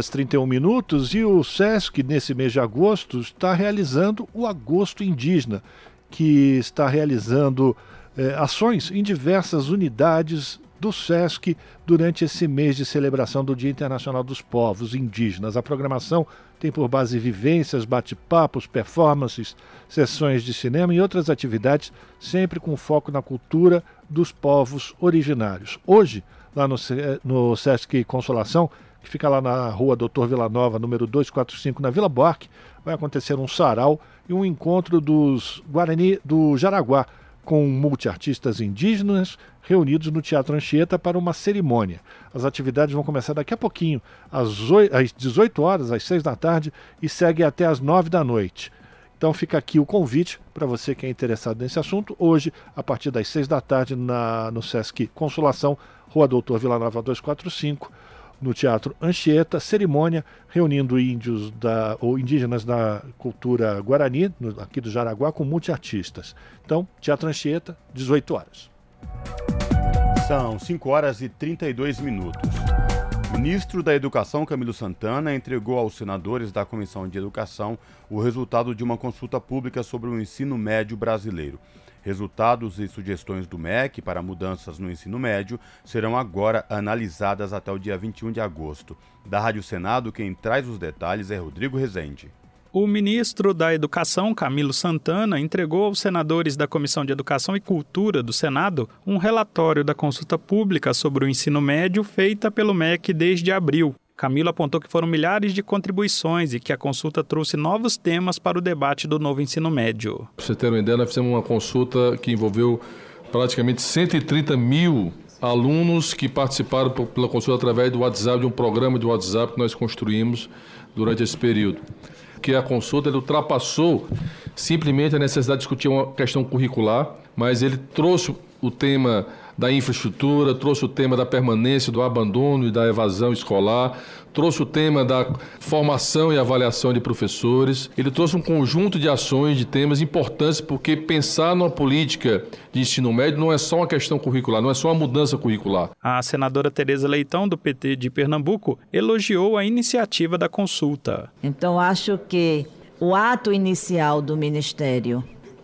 5h31 e o SESC, nesse mês de agosto, está realizando o Agosto Indígena, que está realizando ações em diversas unidades do SESC durante esse mês de celebração do Dia Internacional dos Povos Indígenas. A programação tem por base vivências, bate-papos, performances, sessões de cinema e outras atividades, sempre com foco na cultura dos povos originários. Hoje, lá no SESC Consolação, que fica lá na rua Doutor Vila Nova, número 245, na Vila Buarque, vai acontecer um sarau e um encontro dos Guarani do Jaraguá, com multiartistas indígenas reunidos no Teatro Anchieta para uma cerimônia. As atividades vão começar daqui a pouquinho, às 18 horas, às 6 da tarde, e segue até às 9 da noite. Então fica aqui o convite para você que é interessado nesse assunto. Hoje, a partir das 6 da tarde, no Sesc Consolação, Rua Doutor Vila Nova 245, no Teatro Anchieta, cerimônia reunindo indígenas da cultura Guarani, aqui do Jaraguá, com multiartistas. Então, Teatro Anchieta, 18 horas. São 5h32. O ministro da Educação, Camilo Santana, entregou aos senadores da Comissão de Educação o resultado de uma consulta pública sobre o ensino médio brasileiro. Resultados e sugestões do MEC para mudanças no ensino médio serão agora analisadas até o dia 21 de agosto. Da Rádio Senado, quem traz os detalhes é Rodrigo Rezende. O ministro da Educação, Camilo Santana, entregou aos senadores da Comissão de Educação e Cultura do Senado um relatório da consulta pública sobre o ensino médio feita pelo MEC desde abril. Camilo apontou que foram milhares de contribuições e que a consulta trouxe novos temas para o debate do novo ensino médio. Para você ter uma ideia, nós fizemos uma consulta que envolveu praticamente 130 mil alunos que participaram pela consulta através do WhatsApp, de um programa de WhatsApp que nós construímos durante esse período. Que a consulta ultrapassou simplesmente a necessidade de discutir uma questão curricular, mas ele trouxe o tema da infraestrutura, trouxe o tema da permanência, do abandono e da evasão escolar, trouxe o tema da formação e avaliação de professores. Ele trouxe um conjunto de ações, de temas importantes, porque pensar numa política de ensino médio não é só uma questão curricular, não é só uma mudança curricular. A senadora Tereza Leitão, do PT de Pernambuco, elogiou a iniciativa da consulta. Então, acho que o ato inicial do Ministério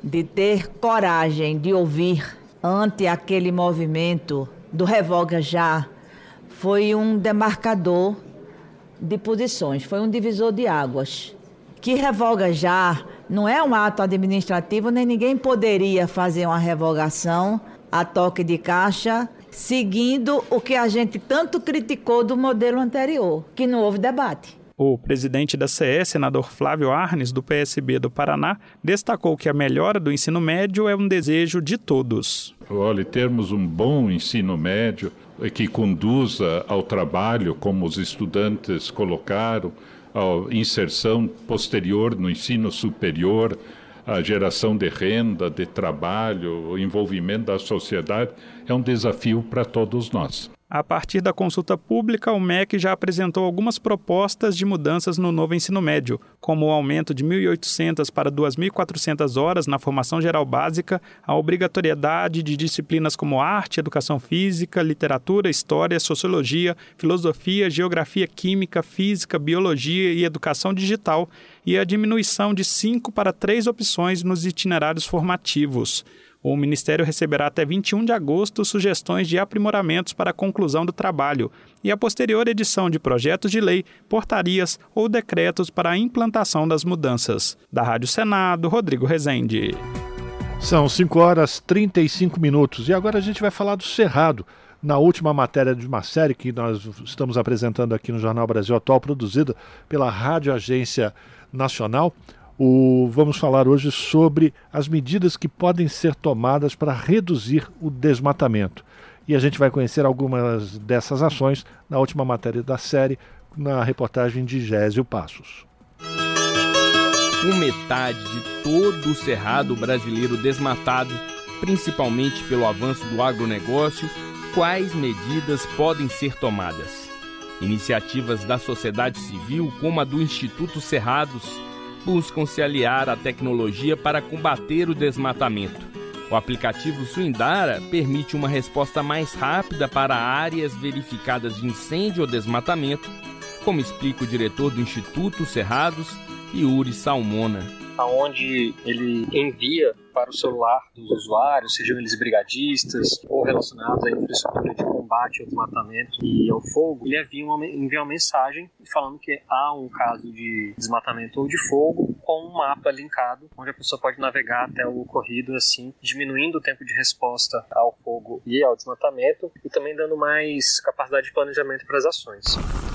de ter coragem de ouvir ante aquele movimento do Revoga Já, foi um demarcador de posições, foi um divisor de águas. Que revoga já não é um ato administrativo, nem ninguém poderia fazer uma revogação a toque de caixa, seguindo o que a gente tanto criticou do modelo anterior, que não houve debate. O presidente da CE, senador Flávio Arnes, do PSB do Paraná, destacou que a melhora do ensino médio é um desejo de todos. Olha, termos um bom ensino médio que conduza ao trabalho, como os estudantes colocaram, a inserção posterior no ensino superior, a geração de renda, de trabalho, o envolvimento da sociedade, é um desafio para todos nós. A partir da consulta pública, o MEC já apresentou algumas propostas de mudanças no novo ensino médio, como o aumento de 1.800 para 2.400 horas na formação geral básica, a obrigatoriedade de disciplinas como arte, educação física, literatura, história, sociologia, filosofia, geografia, química, física, biologia e educação digital, e a diminuição de 5 para 3 opções nos itinerários formativos. O Ministério receberá até 21 de agosto sugestões de aprimoramentos para a conclusão do trabalho e a posterior edição de projetos de lei, portarias ou decretos para a implantação das mudanças. Da Rádio Senado, Rodrigo Rezende. São 5h35 e agora a gente vai falar do Cerrado. Na última matéria de uma série que nós estamos apresentando aqui no Jornal Brasil Atual, produzida pela Rádio Agência Nacional, vamos falar hoje sobre as medidas que podem ser tomadas para reduzir o desmatamento. E a gente vai conhecer algumas dessas ações na última matéria da série, na reportagem de Gésio Passos. Com metade de todo o cerrado brasileiro desmatado, principalmente pelo avanço do agronegócio, quais medidas podem ser tomadas? Iniciativas da sociedade civil, como a do Instituto Cerrados, buscam se aliar à tecnologia para combater o desmatamento. O aplicativo Suindara permite uma resposta mais rápida para áreas verificadas de incêndio ou desmatamento, como explica o diretor do Instituto Cerrados, Yuri Salmona. Onde ele envia para o celular dos usuários, sejam eles brigadistas ou relacionados à infraestrutura de combate ao desmatamento e ao fogo, ele envia uma mensagem falando que há um caso de desmatamento ou de fogo com um mapa linkado, onde a pessoa pode navegar até o ocorrido, assim, diminuindo o tempo de resposta ao fogo e ao desmatamento e também dando mais capacidade de planejamento para as ações.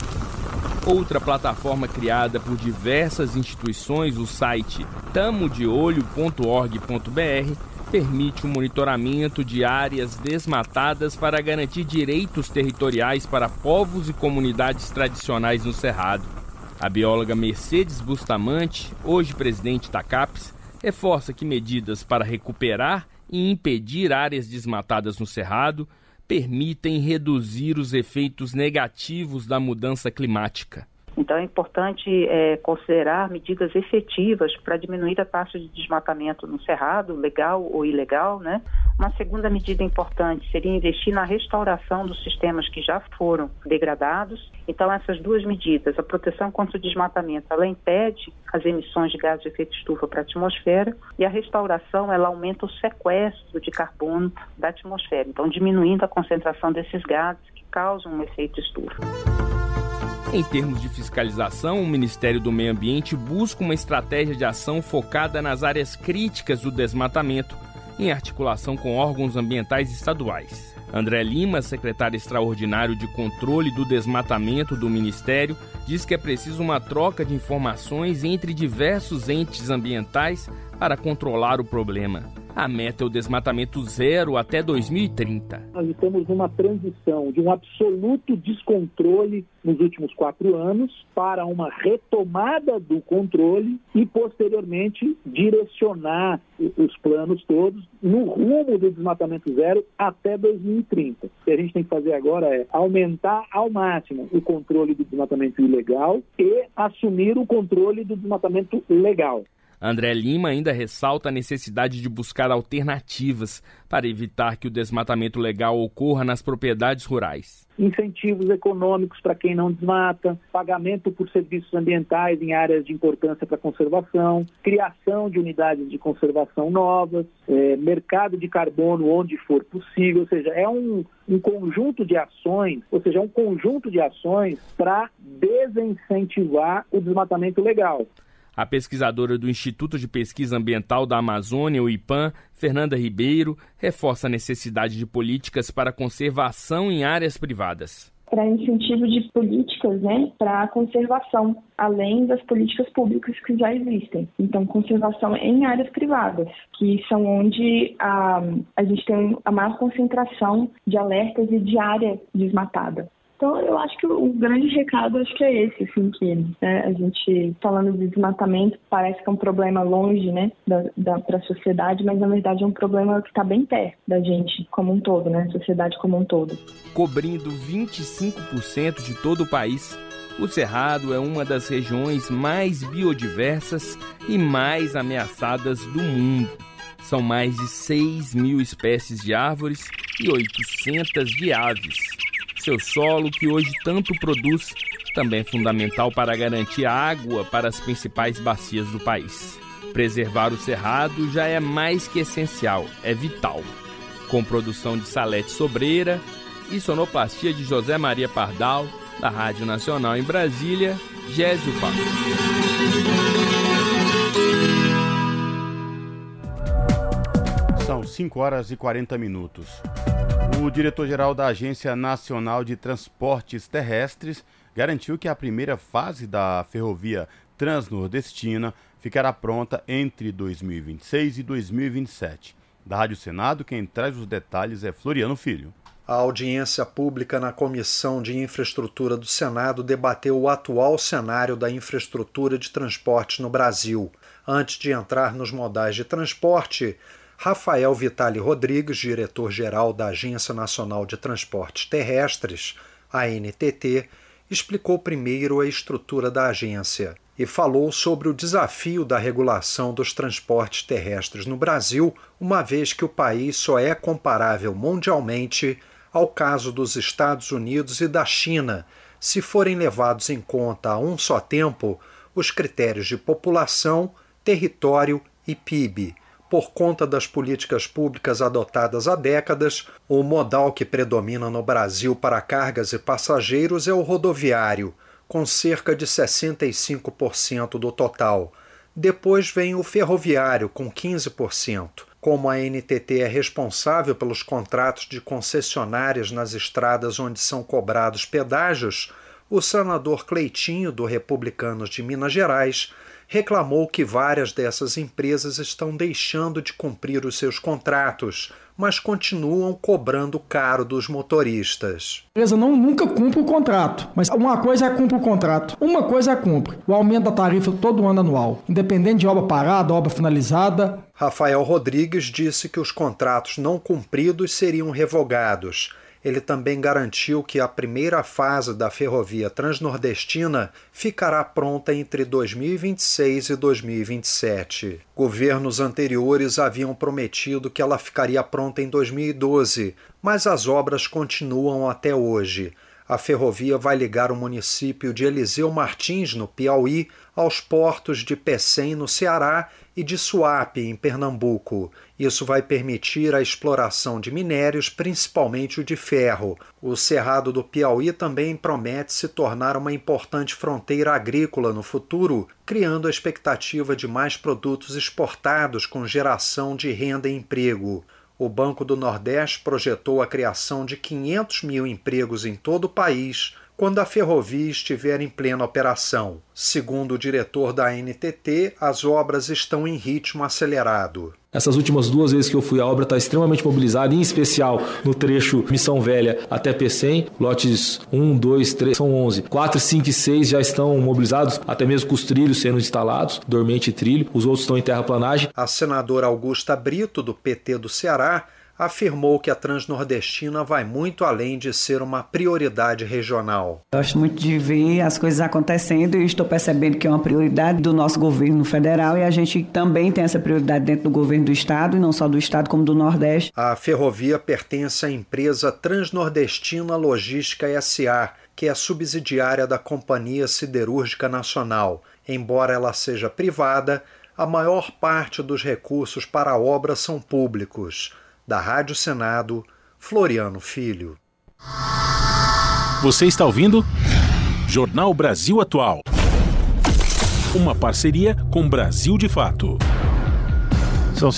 Outra plataforma criada por diversas instituições, o site tamodeolho.org.br, permite o monitoramento de áreas desmatadas para garantir direitos territoriais para povos e comunidades tradicionais no Cerrado. A bióloga Mercedes Bustamante, hoje presidente da CAPES, reforça que medidas para recuperar e impedir áreas desmatadas no Cerrado permitem reduzir os efeitos negativos da mudança climática. Então é importante considerar medidas efetivas para diminuir a taxa de desmatamento no Cerrado, legal ou ilegal, né? Uma segunda medida importante seria investir na restauração dos sistemas que já foram degradados. Então essas duas medidas, a proteção contra o desmatamento, ela impede as emissões de gases de efeito estufa para a atmosfera e a restauração, ela aumenta o sequestro de carbono da atmosfera, então diminuindo a concentração desses gases que causam um efeito estufa. Em termos de fiscalização, o Ministério do Meio Ambiente busca uma estratégia de ação focada nas áreas críticas do desmatamento, em articulação com órgãos ambientais estaduais. André Lima, secretário extraordinário de controle do desmatamento do Ministério, diz que é preciso uma troca de informações entre diversos entes ambientais para controlar o problema. A meta é o desmatamento zero até 2030. Nós estamos numa transição de um absoluto descontrole nos últimos 4 anos para uma retomada do controle e, posteriormente, direcionar os planos todos no rumo do desmatamento zero até 2030. O que a gente tem que fazer agora é aumentar ao máximo o controle do desmatamento ilegal e assumir o controle do desmatamento legal. André Lima ainda ressalta a necessidade de buscar alternativas para evitar que o desmatamento legal ocorra nas propriedades rurais. Incentivos econômicos para quem não desmata, pagamento por serviços ambientais em áreas de importância para a conservação, criação de unidades de conservação novas, mercado de carbono onde for possível, ou seja, é um conjunto de ações, para desincentivar o desmatamento legal. A pesquisadora do Instituto de Pesquisa Ambiental da Amazônia, o IPAM, Fernanda Ribeiro, reforça a necessidade de políticas para conservação em áreas privadas. Para incentivo de políticas, para a conservação, além das políticas públicas que já existem. Então, conservação em áreas privadas, que são onde a gente tem a maior concentração de alertas e de área desmatada. Então, eu acho que o grande recado é esse, assim, que a gente, falando de desmatamento, parece que é um problema longe, para a sociedade, mas na verdade é um problema que está bem perto da gente como um todo, a sociedade como um todo. Cobrindo 25% de todo o país, o Cerrado é uma das regiões mais biodiversas e mais ameaçadas do mundo. São mais de 6.000 espécies de árvores e 800 de aves. Seu solo, que hoje tanto produz, também é fundamental para garantir água para as principais bacias do país. Preservar o Cerrado já é mais que essencial, é vital. Com produção de Salete Sobreira e sonoplastia de José Maria Pardal, da Rádio Nacional em Brasília, Gésio Passos. São 5h40. O diretor-geral da Agência Nacional de Transportes Terrestres garantiu que a primeira fase da ferrovia transnordestina ficará pronta entre 2026 e 2027. Da Rádio Senado, quem traz os detalhes é Floriano Filho. A audiência pública na Comissão de Infraestrutura do Senado debateu o atual cenário da infraestrutura de transporte no Brasil. Antes de entrar nos modais de transporte, Rafael Vitali Rodrigues, diretor-geral da Agência Nacional de Transportes Terrestres, ANTT, explicou primeiro a estrutura da agência e falou sobre o desafio da regulação dos transportes terrestres no Brasil, uma vez que o país só é comparável mundialmente ao caso dos Estados Unidos e da China, se forem levados em conta a um só tempo os critérios de população, território e PIB. Por conta das políticas públicas adotadas há décadas, o modal que predomina no Brasil para cargas e passageiros é o rodoviário, com cerca de 65% do total. Depois vem o ferroviário, com 15%. Como a ANTT é responsável pelos contratos de concessionárias nas estradas onde são cobrados pedágios, o senador Cleitinho, do Republicanos de Minas Gerais, reclamou que várias dessas empresas estão deixando de cumprir os seus contratos, mas continuam cobrando caro dos motoristas. A empresa nunca cumpre o contrato, mas uma coisa é cumprir o contrato, uma coisa é cumpre o aumento da tarifa todo ano anual, independente de obra parada, obra finalizada. Rafael Rodrigues disse que os contratos não cumpridos seriam revogados. Ele também garantiu que a primeira fase da ferrovia transnordestina ficará pronta entre 2026 e 2027. Governos anteriores haviam prometido que ela ficaria pronta em 2012, mas as obras continuam até hoje. A ferrovia vai ligar o município de Eliseu Martins, no Piauí, aos portos de Pecém, no Ceará, e de Suape, em Pernambuco. Isso vai permitir a exploração de minérios, principalmente o de ferro. O Cerrado do Piauí também promete se tornar uma importante fronteira agrícola no futuro, criando a expectativa de mais produtos exportados com geração de renda e emprego. O Banco do Nordeste projetou a criação de 500 mil empregos em todo o país quando a ferrovia estiver em plena operação. Segundo o diretor da ANTT, as obras estão em ritmo acelerado. Essas últimas 2 vezes que eu fui, a obra está extremamente mobilizada, em especial no trecho Missão Velha até Pecém, lotes 1, 2, 3, são 11. 4, 5 e 6 já estão mobilizados, até mesmo com os trilhos sendo instalados, dormente e trilho, os outros estão em terraplanagem. A senadora Augusta Brito, do PT do Ceará, afirmou que a Transnordestina vai muito além de ser uma prioridade regional. Gosto muito de ver as coisas acontecendo e estou percebendo que é uma prioridade do nosso governo federal e a gente também tem essa prioridade dentro do governo do estado, e não só do estado como do Nordeste. A ferrovia pertence à empresa Transnordestina Logística S.A., que é subsidiária da Companhia Siderúrgica Nacional. Embora ela seja privada, a maior parte dos recursos para a obra são públicos. Da Rádio Senado, Floriano Filho. Você está ouvindo? Jornal Brasil Atual. Uma parceria com Brasil de Fato. São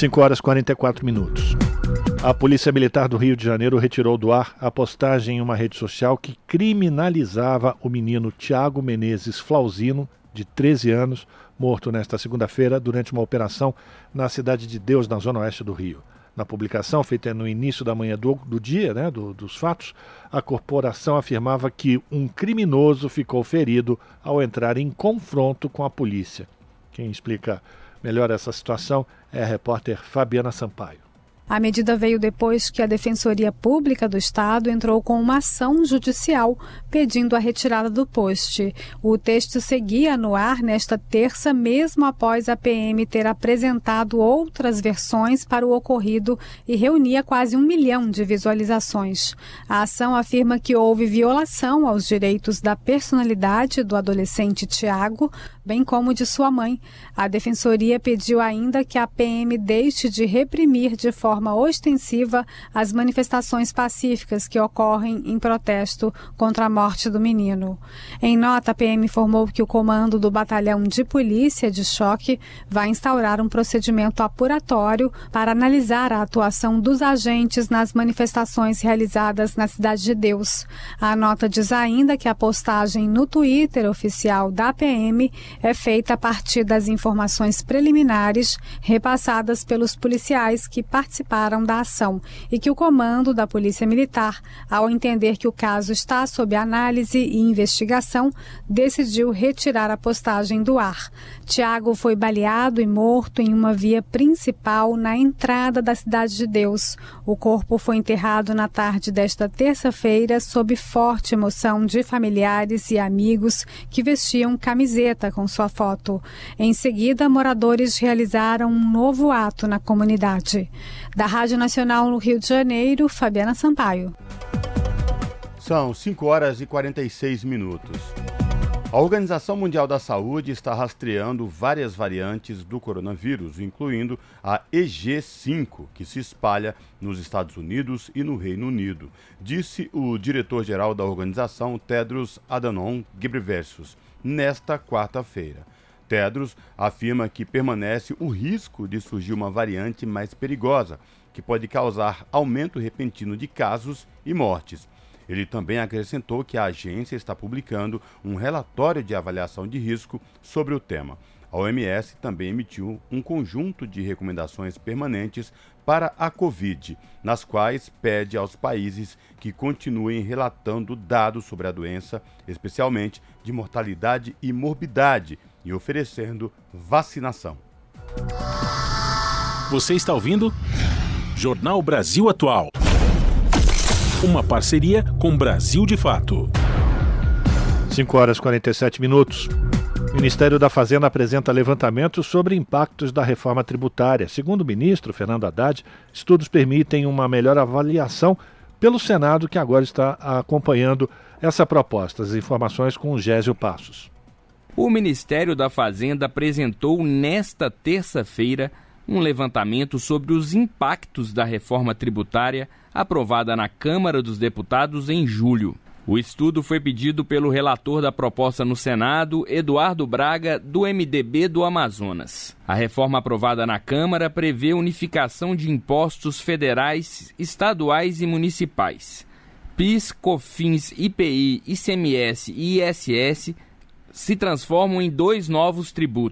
5h44. A Polícia Militar do Rio de Janeiro retirou do ar a postagem em uma rede social que criminalizava o menino Tiago Menezes Flauzino, de 13 anos, morto nesta segunda-feira durante uma operação na Cidade de Deus, na zona oeste do Rio. Na publicação, feita no início da manhã do dia, dos fatos, a corporação afirmava que um criminoso ficou ferido ao entrar em confronto com a polícia. Quem explica melhor essa situação é a repórter Fabiana Sampaio. A medida veio depois que a Defensoria Pública do Estado entrou com uma ação judicial pedindo a retirada do post. O texto seguia no ar nesta terça, mesmo após a PM ter apresentado outras versões para o ocorrido e reunia quase 1 milhão de visualizações. A ação afirma que houve violação aos direitos da personalidade do adolescente Tiago, bem como de sua mãe. A Defensoria pediu ainda que a PM deixe de reprimir de forma ostensiva as manifestações pacíficas que ocorrem em protesto contra a morte do menino. Em nota, a PM informou que o comando do Batalhão de Polícia de Choque vai instaurar um procedimento apuratório para analisar a atuação dos agentes nas manifestações realizadas na Cidade de Deus. A nota diz ainda que a postagem no Twitter oficial da PM é feita a partir das informações preliminares repassadas pelos policiais que participaram da ação e que o comando da Polícia Militar, ao entender que o caso está sob análise e investigação, decidiu retirar a postagem do ar. Tiago foi baleado e morto em uma via principal na entrada da Cidade de Deus. O corpo foi enterrado na tarde desta terça-feira sob forte emoção de familiares e amigos que vestiam camiseta com sua foto. Em seguida, moradores realizaram um novo ato na comunidade. Da Rádio Nacional no Rio de Janeiro, Fabiana Sampaio. São 5h46. A Organização Mundial da Saúde está rastreando várias variantes do coronavírus, incluindo a EG5, que se espalha nos Estados Unidos e no Reino Unido, disse o diretor-geral da organização, Tedros Adhanom Ghebreyesus, nesta quarta-feira. Tedros afirma que permanece o risco de surgir uma variante mais perigosa, que pode causar aumento repentino de casos e mortes. Ele também acrescentou que a agência está publicando um relatório de avaliação de risco sobre o tema. A OMS também emitiu um conjunto de recomendações permanentes para a Covid, nas quais pede aos países que continuem relatando dados sobre a doença, especialmente de mortalidade e morbidade, e oferecendo vacinação. Você está ouvindo? Jornal Brasil Atual. Uma parceria com Brasil de Fato. 5h47. O Ministério da Fazenda apresenta levantamento sobre impactos da reforma tributária. Segundo o ministro Fernando Haddad, estudos permitem uma melhor avaliação pelo Senado, que agora está acompanhando essa proposta. As informações com o Gésio Passos. O Ministério da Fazenda apresentou nesta terça-feira um levantamento sobre os impactos da reforma tributária aprovada na Câmara dos Deputados em julho. O estudo foi pedido pelo relator da proposta no Senado, Eduardo Braga, do MDB do Amazonas. A reforma aprovada na Câmara prevê unificação de impostos federais, estaduais e municipais. PIS, COFINS, IPI, ICMS e ISS se transformam em 2 novos tributos: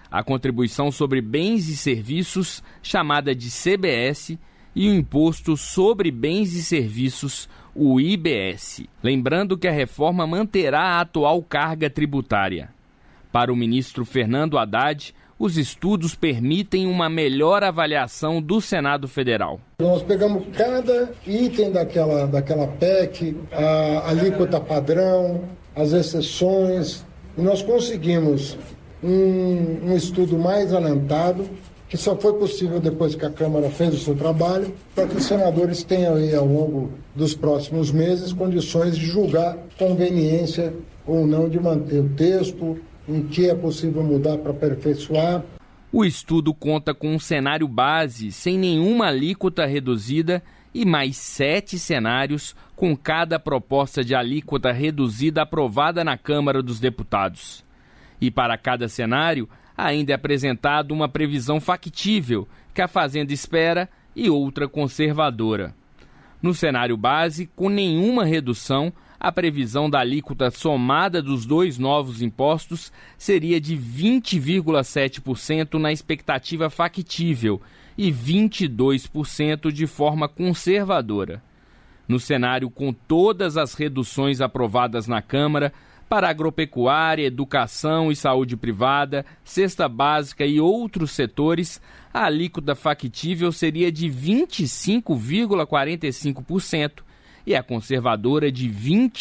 a contribuição sobre bens e serviços, chamada de CBS, e o Imposto sobre Bens e Serviços, o IBS. Lembrando que a reforma manterá a atual carga tributária. Para o ministro Fernando Haddad, os estudos permitem uma melhor avaliação do Senado Federal. Nós pegamos cada item daquela PEC, a alíquota padrão, as exceções, e nós conseguimos um estudo mais adiantado, que só foi possível depois que a Câmara fez o seu trabalho, para que os senadores tenham aí, ao longo dos próximos meses, condições de julgar conveniência ou não de manter o texto, em que é possível mudar para aperfeiçoar. O estudo conta com um cenário base, sem nenhuma alíquota reduzida, e mais 7 cenários, com cada proposta de alíquota reduzida aprovada na Câmara dos Deputados. E para cada cenário, ainda é apresentado uma previsão factível, que a Fazenda espera, e outra conservadora. No cenário base, com nenhuma redução, a previsão da alíquota somada dos 2 novos impostos seria de 20,7% na expectativa factível e 22% de forma conservadora. No cenário com todas as reduções aprovadas na Câmara, para agropecuária, educação e saúde privada, cesta básica e outros setores, a alíquota factível seria de 25,45% e a conservadora de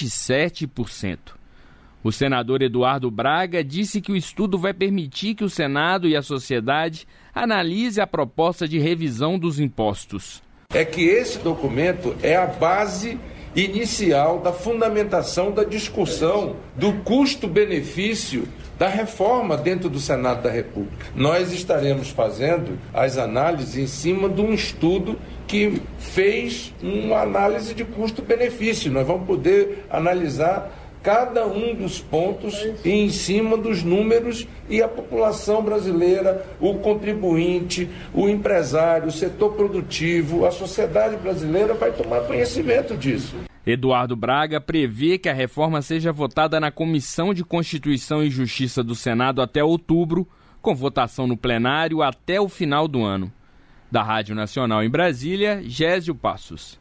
27%. O senador Eduardo Braga disse que o estudo vai permitir que o Senado e a sociedade analise a proposta de revisão dos impostos. É que esse documento é a base inicial da fundamentação da discussão do custo-benefício da reforma dentro do Senado da República. Nós estaremos fazendo as análises em cima de um estudo que fez uma análise de custo-benefício. Nós vamos poder analisar cada um dos pontos em cima dos números, e a população brasileira, o contribuinte, o empresário, o setor produtivo, a sociedade brasileira vai tomar conhecimento disso. Eduardo Braga prevê que a reforma seja votada na Comissão de Constituição e Justiça do Senado até outubro, com votação no plenário até o final do ano. Da Rádio Nacional em Brasília, Gésio Passos.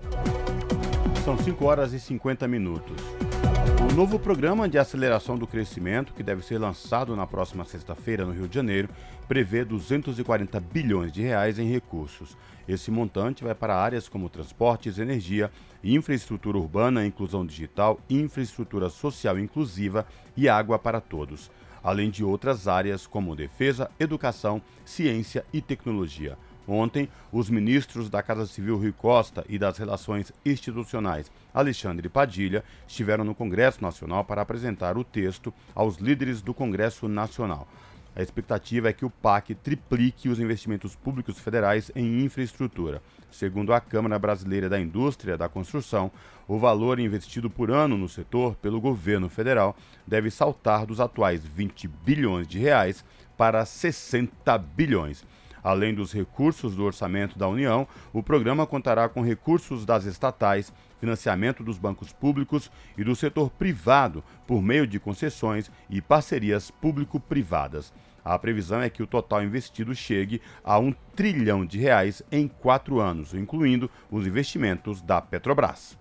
São 5h50. O novo programa de aceleração do crescimento, que deve ser lançado na próxima sexta-feira no Rio de Janeiro, prevê 240 bilhões de reais em recursos. Esse montante vai para áreas como transportes, energia, infraestrutura urbana, inclusão digital, infraestrutura social inclusiva e água para todos, além de outras áreas como defesa, educação, ciência e tecnologia. Ontem, os ministros da Casa Civil Rui Costa e das Relações Institucionais, Alexandre Padilha, estiveram no Congresso Nacional para apresentar o texto aos líderes do Congresso Nacional. A expectativa é que o PAC triplique os investimentos públicos federais em infraestrutura. Segundo a Câmara Brasileira da Indústria da Construção, o valor investido por ano no setor pelo governo federal deve saltar dos atuais 20 bilhões de reais para 60 bilhões. Além dos recursos do orçamento da União, o programa contará com recursos das estatais, financiamento dos bancos públicos e do setor privado por meio de concessões e parcerias público-privadas. A previsão é que o total investido chegue a R$1 trilhão em 4 anos, incluindo os investimentos da Petrobras.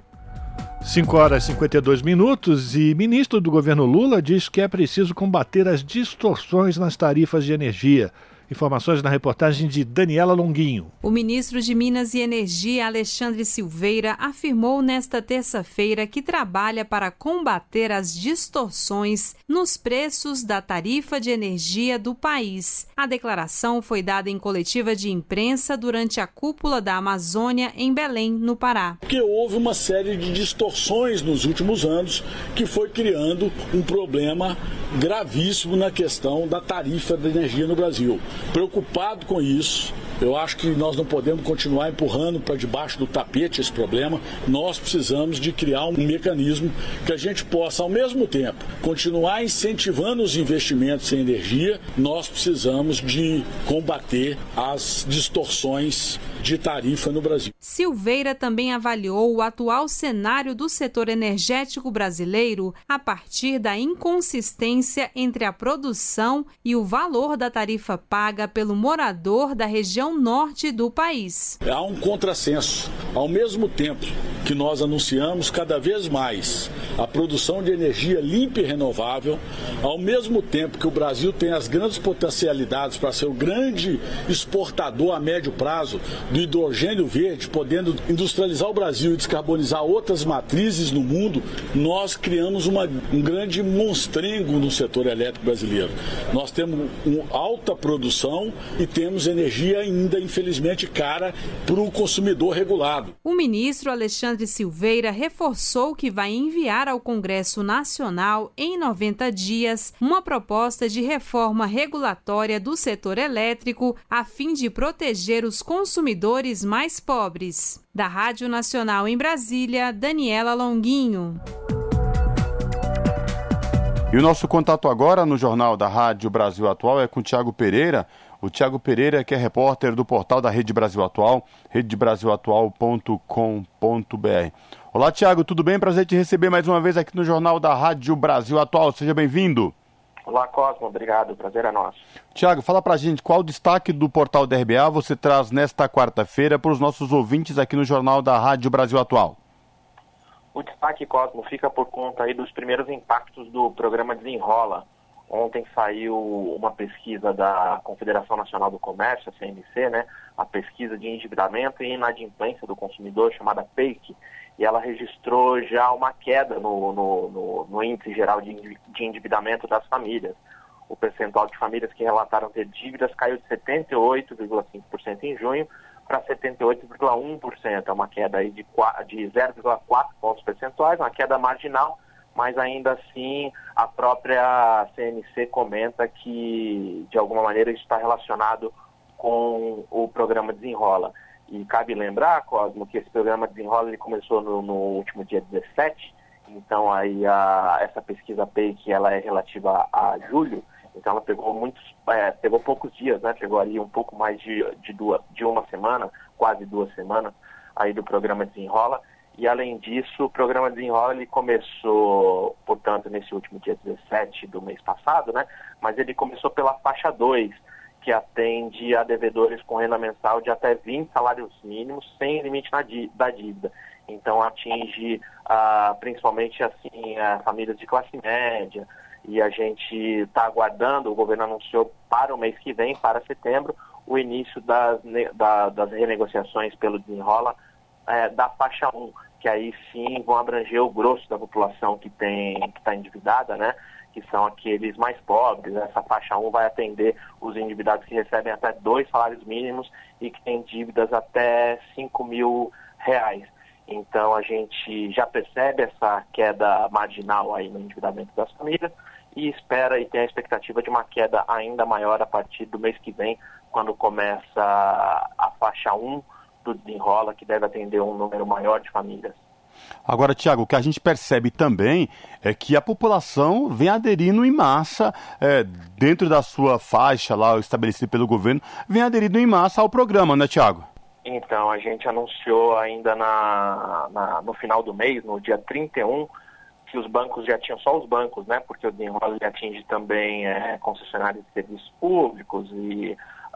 5h52 e ministro do governo Lula diz que é preciso combater as distorções nas tarifas de energia. Informações na reportagem de Daniela Longuinho. O ministro de Minas e Energia, Alexandre Silveira, afirmou nesta terça-feira que trabalha para combater as distorções nos preços da tarifa de energia do país. A declaração foi dada em coletiva de imprensa durante a cúpula da Amazônia em Belém, no Pará. Porque houve uma série de distorções nos últimos anos que foi criando um problema gravíssimo na questão da tarifa de energia no Brasil. Preocupado com isso, Eu acho que nós não podemos continuar empurrando para debaixo do tapete esse problema. Nós precisamos de criar um mecanismo que a gente possa, ao mesmo tempo, continuar incentivando os investimentos em energia. Nós precisamos de combater as distorções de tarifa no Brasil. Silveira também avaliou o atual cenário do setor energético brasileiro a partir da inconsistência entre a produção e o valor da tarifa paga pelo morador da região norte do país. Há um contrassenso. Ao mesmo tempo que nós anunciamos cada vez mais a produção de energia limpa e renovável, ao mesmo tempo que o Brasil tem as grandes potencialidades para ser o grande exportador a médio prazo do hidrogênio verde, podendo industrializar o Brasil e descarbonizar outras matrizes no mundo, nós criamos um grande monstrengo no setor elétrico brasileiro. Nós temos uma alta produção e temos energia ainda, infelizmente, cara para o consumidor regulado. O ministro Alexandre Silveira reforçou que vai enviar ao Congresso Nacional, em 90 dias, uma proposta de reforma regulatória do setor elétrico a fim de proteger os consumidores mais pobres. Da Rádio Nacional em Brasília, Daniela Longuinho. E o nosso contato agora no Jornal da Rádio Brasil Atual é com o Tiago Pereira. O Tiago Pereira, que é repórter do portal da Rede Brasil Atual, redebrasilatual.com.br. Olá, Tiago, tudo bem? Prazer te receber mais uma vez aqui no Jornal da Rádio Brasil Atual. Seja bem-vindo. Olá, Cosmo. Obrigado. O prazer é nosso. Tiago, fala pra gente qual o destaque do portal da RBA você traz nesta quarta-feira para os nossos ouvintes aqui no Jornal da Rádio Brasil Atual. O destaque, Cosmo, fica por conta aí dos primeiros impactos do programa Desenrola. Ontem saiu uma pesquisa da Confederação Nacional do Comércio, a CNC, né? A pesquisa de endividamento e inadimplência do consumidor, chamada PEIC, e ela registrou já uma queda no índice geral de endividamento das famílias. O percentual de famílias que relataram ter dívidas caiu de 78,5% em junho para 78,1%. É uma queda aí de 0,4 pontos percentuais, uma queda marginal, mas ainda assim a própria CNC comenta que, de alguma maneira, isso está relacionado com o programa Desenrola. E cabe lembrar, Cosmo, que esse programa Desenrola ele começou no último dia 17, então aí essa pesquisa PEIC ela é relativa a julho, então ela pegou poucos dias, né? Pegou ali um pouco mais de uma semana, quase 2 semanas aí do programa Desenrola. E além disso, o programa Desenrola ele começou, portanto, nesse último dia 17 do mês passado, né? Mas ele começou pela faixa 2, que atende a devedores com renda mensal de até 20 salários mínimos, sem limite da dívida. Então atinge principalmente assim famílias de classe média, e a gente está aguardando, o governo anunciou para o mês que vem, para setembro, o início das renegociações pelo Desenrola da faixa 1, que aí sim vão abranger o grosso da população que está endividada, né? Que são aqueles mais pobres. Essa faixa 1 vai atender os endividados que recebem até 2 salários mínimos e que têm dívidas até R$5.000. Então a gente já percebe essa queda marginal aí no endividamento das famílias e espera e tem a expectativa de uma queda ainda maior a partir do mês que vem, quando começa a faixa 1 do Desenrola, que deve atender um número maior de famílias. Agora, Tiago, o que a gente percebe também é que a população vem aderindo em massa, dentro da sua faixa lá estabelecida pelo governo, vem aderindo em massa ao programa, né, Tiago? Então, a gente anunciou ainda no final do mês, no dia 31, que os bancos já tinham, só os bancos, né, porque o Desenrola atinge também concessionários de serviços públicos e,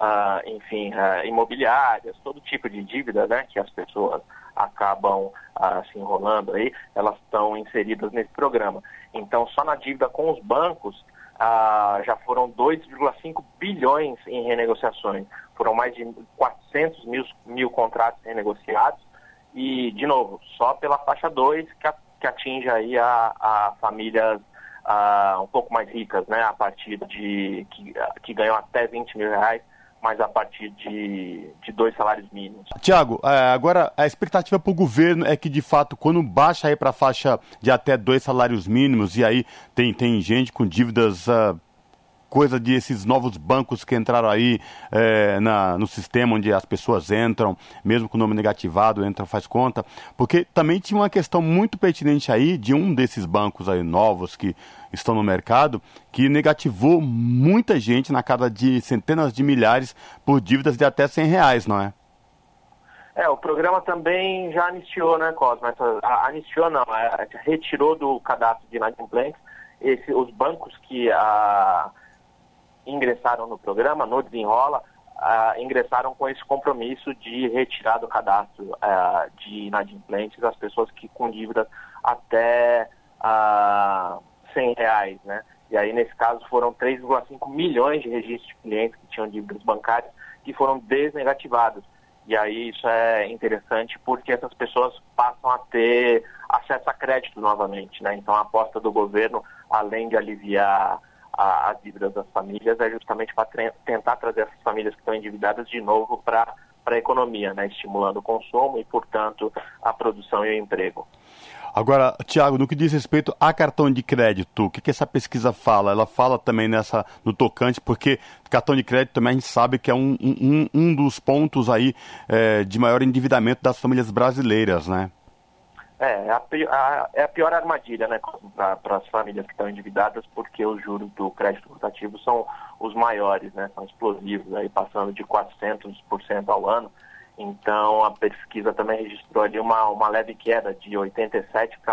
imobiliárias, todo tipo de dívida, né, que as pessoas acabam se enrolando aí, elas estão inseridas nesse programa. Então, só na dívida com os bancos, já foram 2,5 bilhões em renegociações. Foram mais de 400 mil contratos renegociados e, de novo, só pela faixa 2 que atinge aí a famílias um pouco mais ricas, né, a partir de que ganham até R$20.000, mas a partir de 2 salários mínimos. Tiago, agora a expectativa para o governo é que, de fato, quando baixa aí para a faixa de até 2 salários mínimos, e aí tem gente com dívidas coisa de esses novos bancos que entraram aí no sistema onde as pessoas entram, mesmo com o nome negativado, entra, faz conta, porque também tinha uma questão muito pertinente aí de um desses bancos aí novos que estão no mercado, que negativou muita gente na casa de centenas de milhares por dívidas de até R$100, não é? O programa também já anistiou, né, Cosmo? Anistiou não, retirou do cadastro de inadimplentes os bancos que ingressaram no programa, no Desenrola, ingressaram com esse compromisso de retirar do cadastro de inadimplentes as pessoas que com dívidas até R$100, né? E aí, nesse caso, foram 3,5 milhões de registros de clientes que tinham dívidas bancárias que foram desnegativados. E aí isso é interessante porque essas pessoas passam a ter acesso a crédito novamente, né? Então a aposta do governo, além de aliviar as dívidas das famílias, é justamente para tentar trazer essas famílias que estão endividadas de novo para a economia, né? Estimulando o consumo e, portanto, a produção e o emprego. Agora, Tiago, no que diz respeito a cartão de crédito, o que essa pesquisa fala? Ela fala também no tocante, porque cartão de crédito também a gente sabe que é um dos pontos aí de maior endividamento das famílias brasileiras, né? É a pior armadilha, né, para as famílias que estão endividadas, porque os juros do crédito rotativo são os maiores, né? São explosivos, aí passando de 400% ao ano. Então, a pesquisa também registrou ali uma leve queda de 87% para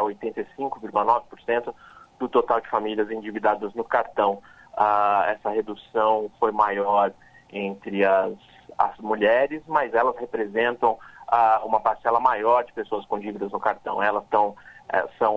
85,9% do total de famílias endividadas no cartão. Essa redução foi maior entre as mulheres, mas elas representam uma parcela maior de pessoas com dívidas no cartão. Elas são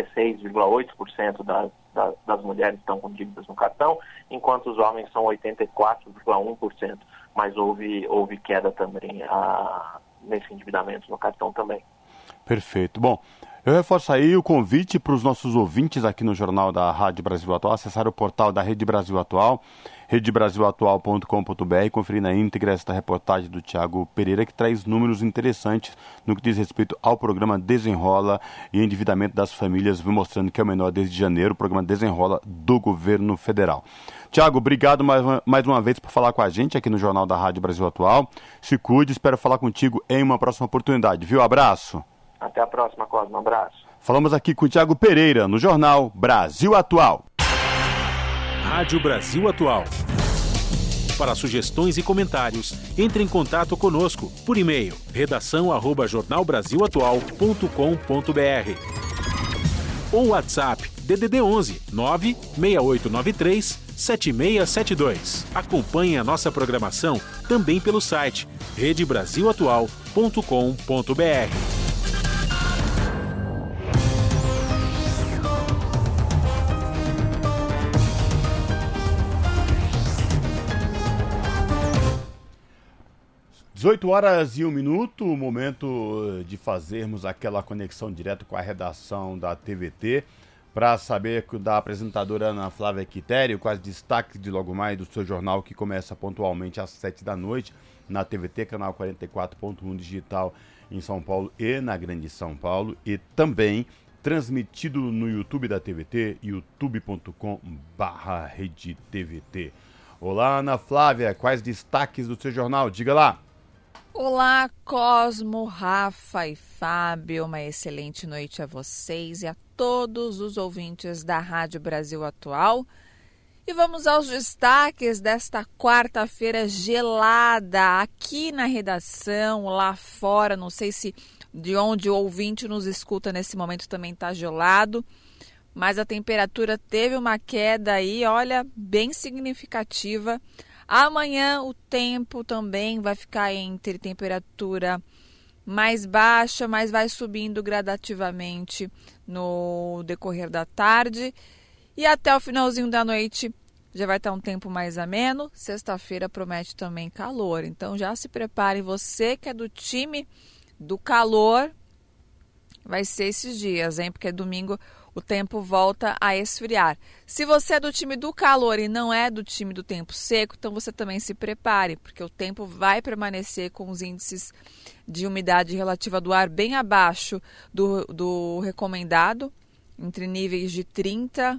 86,8% das mulheres estão com dívidas no cartão, enquanto os homens são 84,1%. Mas houve queda também nesse endividamento no cartão também. Perfeito. Bom, eu reforço aí o convite para os nossos ouvintes aqui no Jornal da Rádio Brasil Atual, acessar o portal da Rede Brasil Atual, redebrasilatual.com.br, e conferir na íntegra esta reportagem do Tiago Pereira, que traz números interessantes no que diz respeito ao programa Desenrola e endividamento das famílias, mostrando que é o menor desde janeiro, o programa Desenrola do governo federal. Tiago, obrigado mais uma vez por falar com a gente aqui no Jornal da Rádio Brasil Atual. Se cuide, espero falar contigo em uma próxima oportunidade, viu? Abraço. Até a próxima, Cosmo. Um abraço. Falamos aqui com o Tiago Pereira, no Jornal Brasil Atual. Rádio Brasil Atual. Para sugestões e comentários, entre em contato conosco por e-mail redação@jornalbrasilatual.com.br ou WhatsApp DDD 11 96893 7672. Acompanhe a nossa programação também pelo site redebrasilatual.com.br. (18h01), o momento de fazermos aquela conexão direto com a redação da TVT para saber da apresentadora Ana Flávia Quitério quais destaques de logo mais do seu jornal, que começa pontualmente às 7 da noite na TVT, canal 44.1 digital em São Paulo e na Grande São Paulo, e também transmitido no YouTube da TVT, youtube.com/RedeTVT. Olá, Ana Flávia, quais destaques do seu jornal? Diga lá. Olá, Cosmo, Rafa e Fábio, uma excelente noite a vocês e a todos os ouvintes da Rádio Brasil Atual. E vamos aos destaques desta quarta-feira gelada aqui na redação, lá fora. Não sei se de onde o ouvinte nos escuta nesse momento também está gelado, mas a temperatura teve uma queda aí, olha, bem significativa. Amanhã o tempo também vai ficar entre temperatura mais baixa, mas vai subindo gradativamente no decorrer da tarde. E até o finalzinho da noite já vai estar um tempo mais ameno. Sexta-feira promete também calor. Então já se prepare, você que é do time do calor, vai ser esses dias, hein? Porque domingo o tempo volta a esfriar. Se você é do time do calor e não é do time do tempo seco, então você também se prepare, porque o tempo vai permanecer com os índices de umidade relativa do ar bem abaixo do recomendado, entre níveis de 30%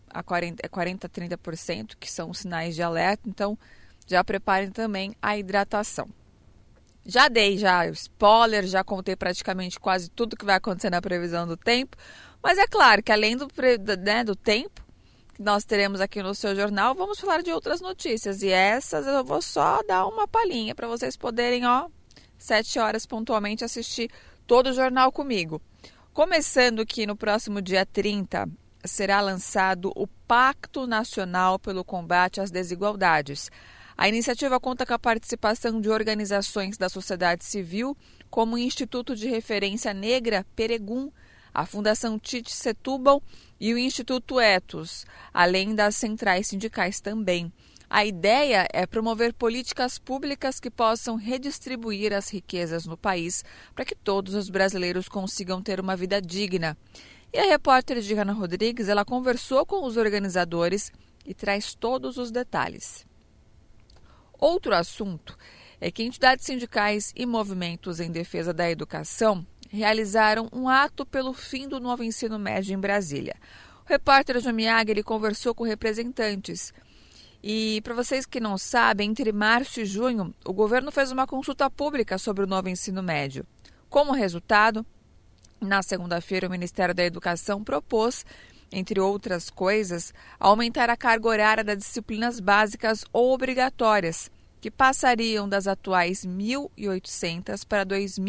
a 40 a 30%, que são os sinais de alerta, então já preparem também a hidratação. Já dei spoiler, já contei praticamente quase tudo que vai acontecer na previsão do tempo, mas é claro que além do tempo que nós teremos aqui no seu jornal, vamos falar de outras notícias, e essas eu vou só dar uma palhinha para vocês poderem, 7 horas pontualmente assistir todo o jornal comigo. Começando que no próximo dia 30 será lançado o Pacto Nacional pelo Combate às Desigualdades. A iniciativa conta com a participação de organizações da sociedade civil, como o Instituto de Referência Negra Peregum, a Fundação Tite Setúbal e o Instituto Etos, além das centrais sindicais também. A ideia é promover políticas públicas que possam redistribuir as riquezas no país para que todos os brasileiros consigam ter uma vida digna. E a repórter Giana Rodrigues, ela conversou com os organizadores e traz todos os detalhes. Outro assunto é que entidades sindicais e movimentos em defesa da educação realizaram um ato pelo fim do novo ensino médio em Brasília. O repórter João Miaga, ele conversou com representantes. E para vocês que não sabem, entre março e junho, o governo fez uma consulta pública sobre o novo ensino médio. Como resultado, na segunda-feira, o Ministério da Educação propôs, entre outras coisas, aumentar a carga horária das disciplinas básicas ou obrigatórias, que passariam das atuais 1.800 para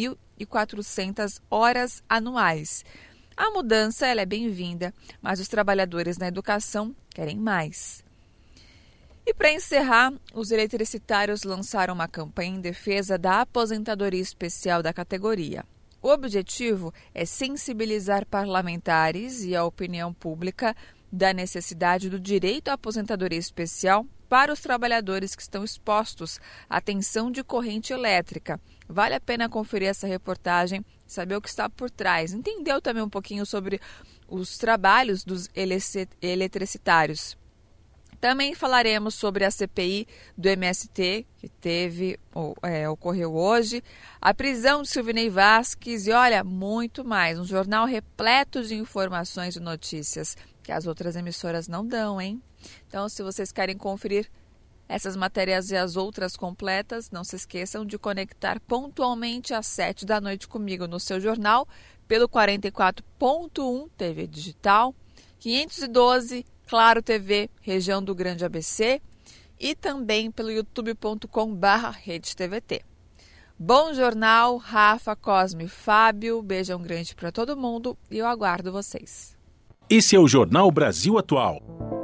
2.400 horas anuais. A mudança ela é bem-vinda, mas os trabalhadores na educação querem mais. E para encerrar, os eletricitários lançaram uma campanha em defesa da aposentadoria especial da categoria. O objetivo é sensibilizar parlamentares e a opinião pública da necessidade do direito à aposentadoria especial para os trabalhadores que estão expostos à tensão de corrente elétrica. Vale a pena conferir essa reportagem, saber o que está por trás. Entendeu também um pouquinho sobre os trabalhos dos eletricitários. Também falaremos sobre a CPI do MST, que ocorreu hoje, a prisão de Silvinei Vasquez e, olha, muito mais. Um jornal repleto de informações e notícias que as outras emissoras não dão, hein? Então, se vocês querem conferir essas matérias e as outras completas, não se esqueçam de conectar pontualmente às 7 da noite comigo no seu jornal, pelo 44.1 TV Digital, 512 Claro TV, região do Grande ABC, e também pelo youtube.com/RedeTVT. Bom jornal, Rafa, Cosme e Fábio. Beijão grande para todo mundo e eu aguardo vocês. Esse é o Jornal Brasil Atual.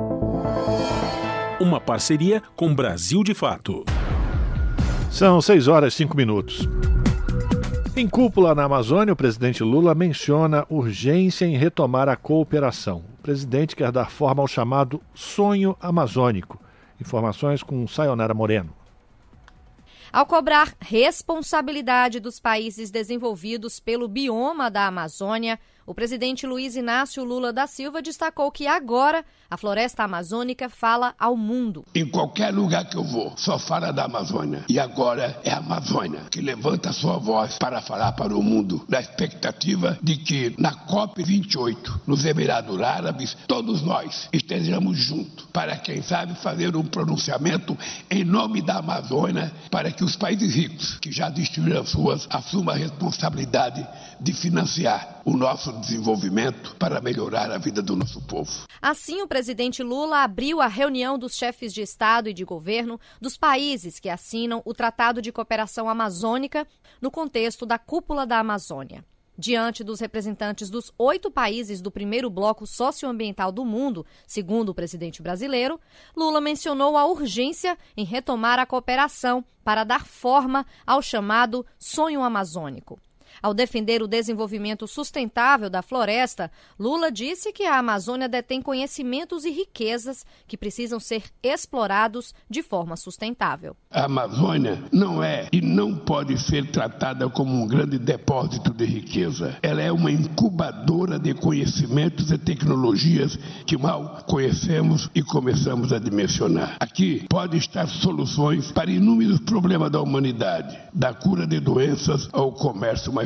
Uma parceria com Brasil de Fato. São 6 horas e 5 minutos. Em cúpula na Amazônia, o presidente Lula menciona urgência em retomar a cooperação. O presidente quer dar forma ao chamado Sonho Amazônico. Informações com Sayonara Moreno. Ao cobrar responsabilidade dos países desenvolvidos pelo bioma da Amazônia, o presidente Luiz Inácio Lula da Silva destacou que agora a floresta amazônica fala ao mundo. Em qualquer lugar que eu vou, só fala da Amazônia. E agora é a Amazônia que levanta sua voz para falar para o mundo, na expectativa de que na COP28, nos Emirados Árabes, todos nós estejamos juntos para, quem sabe, fazer um pronunciamento em nome da Amazônia para que os países ricos, que já destruíram as suas, assumam a responsabilidade de financiar o nosso desenvolvimento para melhorar a vida do nosso povo. Assim, o presidente Lula abriu a reunião dos chefes de Estado e de governo dos países que assinam o Tratado de Cooperação Amazônica no contexto da Cúpula da Amazônia. Diante dos representantes dos 8 países do primeiro bloco socioambiental do mundo, segundo o presidente brasileiro, Lula mencionou a urgência em retomar a cooperação para dar forma ao chamado Sonho Amazônico. Ao defender o desenvolvimento sustentável da floresta, Lula disse que a Amazônia detém conhecimentos e riquezas que precisam ser explorados de forma sustentável. A Amazônia não é e não pode ser tratada como um grande depósito de riqueza. Ela é uma incubadora de conhecimentos e tecnologias que mal conhecemos e começamos a dimensionar. Aqui pode estar soluções para inúmeros problemas da humanidade, da cura de doenças ao comércio mais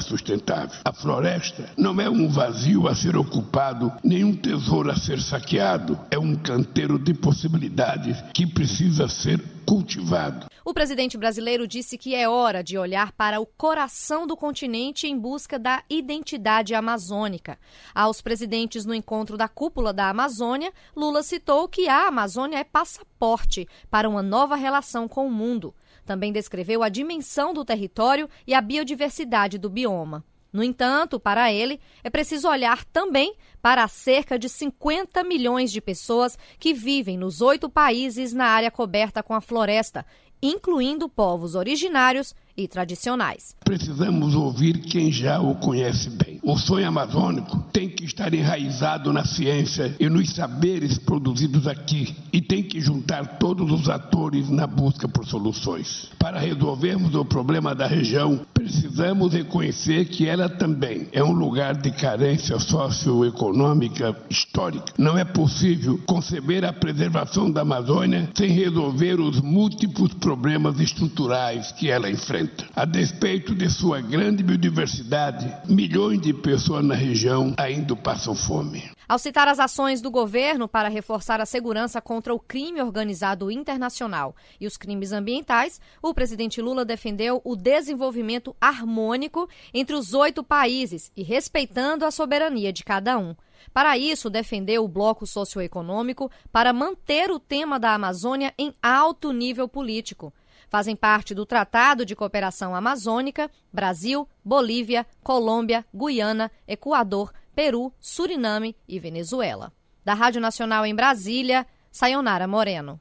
mais sustentável. A floresta não é um vazio a ser ocupado, nem um tesouro a ser saqueado. É um canteiro de possibilidades que precisa ser cultivado. O presidente brasileiro disse que é hora de olhar para o coração do continente em busca da identidade amazônica. Aos presidentes no encontro da Cúpula da Amazônia, Lula citou que a Amazônia é passaporte para uma nova relação com o mundo. Também descreveu a dimensão do território e a biodiversidade do bioma. No entanto, para ele, é preciso olhar também para as cerca de 50 milhões de pessoas que vivem nos 8 países na área coberta com a floresta, incluindo povos originários e tradicionais. Precisamos ouvir quem já o conhece bem. O sonho amazônico tem que estar enraizado na ciência e nos saberes produzidos aqui e tem que juntar todos os atores na busca por soluções. Para resolvermos o problema da região, precisamos reconhecer que ela também é um lugar de carência socioeconômica histórica. Não é possível conceber a preservação da Amazônia sem resolver os múltiplos problemas estruturais que ela enfrenta. A despeito de sua grande biodiversidade, milhões de pessoas na região ainda passam fome. Ao citar as ações do governo para reforçar a segurança contra o crime organizado internacional e os crimes ambientais, o presidente Lula defendeu o desenvolvimento harmônico entre os 8 países e respeitando a soberania de cada um. Para isso, defendeu o bloco socioeconômico para manter o tema da Amazônia em alto nível político. Fazem parte do Tratado de Cooperação Amazônica Brasil, Bolívia, Colômbia, Guiana, Equador, Peru, Suriname e Venezuela. Da Rádio Nacional em Brasília, Sayonara Moreno.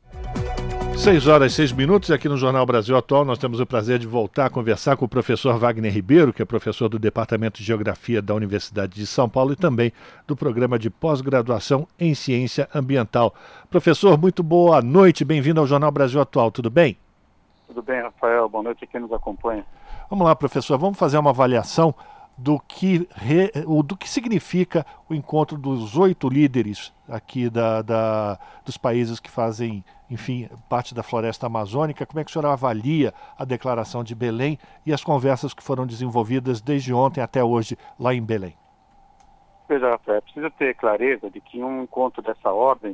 6h06, aqui no Jornal Brasil Atual, nós temos o prazer de voltar a conversar com o professor Wagner Ribeiro, que é professor do Departamento de Geografia da Universidade de São Paulo e também do Programa de Pós-Graduação em Ciência Ambiental. Professor, muito boa noite, bem-vindo ao Jornal Brasil Atual, tudo bem? Tudo bem, Rafael, boa noite a quem nos acompanha. Vamos lá, professor, vamos fazer uma avaliação do que significa o encontro dos 8 líderes aqui dos países que fazem, enfim, parte da floresta amazônica. Como é que o senhor avalia a declaração de Belém e as conversas que foram desenvolvidas desde ontem até hoje lá em Belém? Veja, Rafael, precisa ter clareza de que um encontro dessa ordem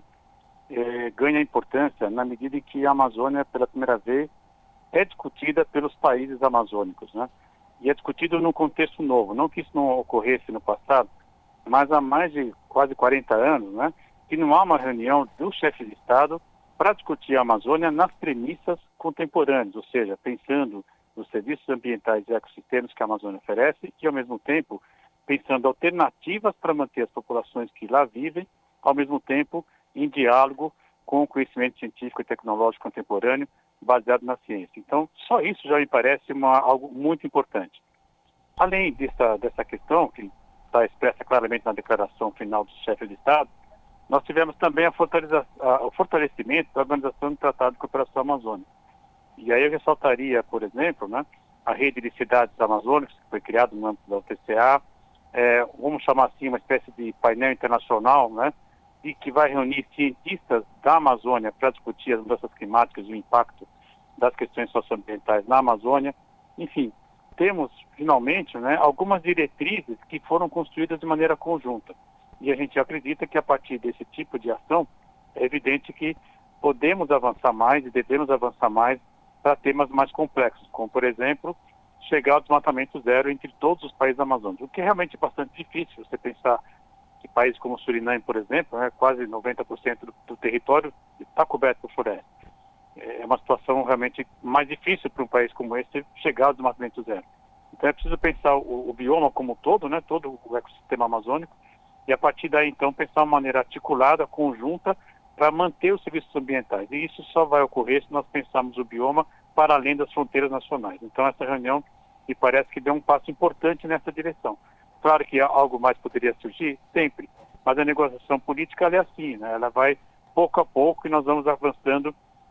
ganha importância na medida em que a Amazônia, pela primeira vez, é discutida pelos países amazônicos, né? E é discutido num contexto novo. Não que isso não ocorresse no passado, mas há mais de quase 40 anos, né, que não há uma reunião dos chefes de Estado para discutir a Amazônia nas premissas contemporâneas, ou seja, pensando nos serviços ambientais e ecossistemas que a Amazônia oferece e, ao mesmo tempo, pensando alternativas para manter as populações que lá vivem, ao mesmo tempo, em diálogo com o conhecimento científico e tecnológico contemporâneo baseado na ciência. Então, só isso já me parece algo muito importante. Além dessa questão, que está expressa claramente na declaração final dos chefes de Estado, nós tivemos também o fortalecimento da Organização do Tratado de Cooperação Amazônica. E aí eu ressaltaria, por exemplo, né, a rede de cidades amazônicas, que foi criada no âmbito da UTCA, vamos chamar assim, uma espécie de painel internacional, né, e que vai reunir cientistas da Amazônia para discutir as mudanças climáticas e o impacto das questões socioambientais na Amazônia. Enfim, temos, finalmente, né, algumas diretrizes que foram construídas de maneira conjunta. E a gente acredita que, a partir desse tipo de ação, é evidente que podemos avançar mais e devemos avançar mais para temas mais complexos, como, por exemplo, chegar ao desmatamento zero entre todos os países amazônicos, o que é realmente bastante difícil. Você pensar que países como o Suriname, por exemplo, né, quase 90% do território está coberto por floresta. É uma situação realmente mais difícil para um país como esse chegar ao desmatamento zero. Então é preciso pensar o bioma como um todo, né, todo o ecossistema amazônico, e a partir daí então pensar uma maneira articulada, conjunta, para manter os serviços ambientais. E isso só vai ocorrer se nós pensarmos o bioma para além das fronteiras nacionais. Então essa reunião me parece que deu um passo importante nessa direção. Claro que algo mais poderia surgir, sempre, mas a negociação política ela é assim, né? Ela vai pouco a pouco e nós vamos avançando,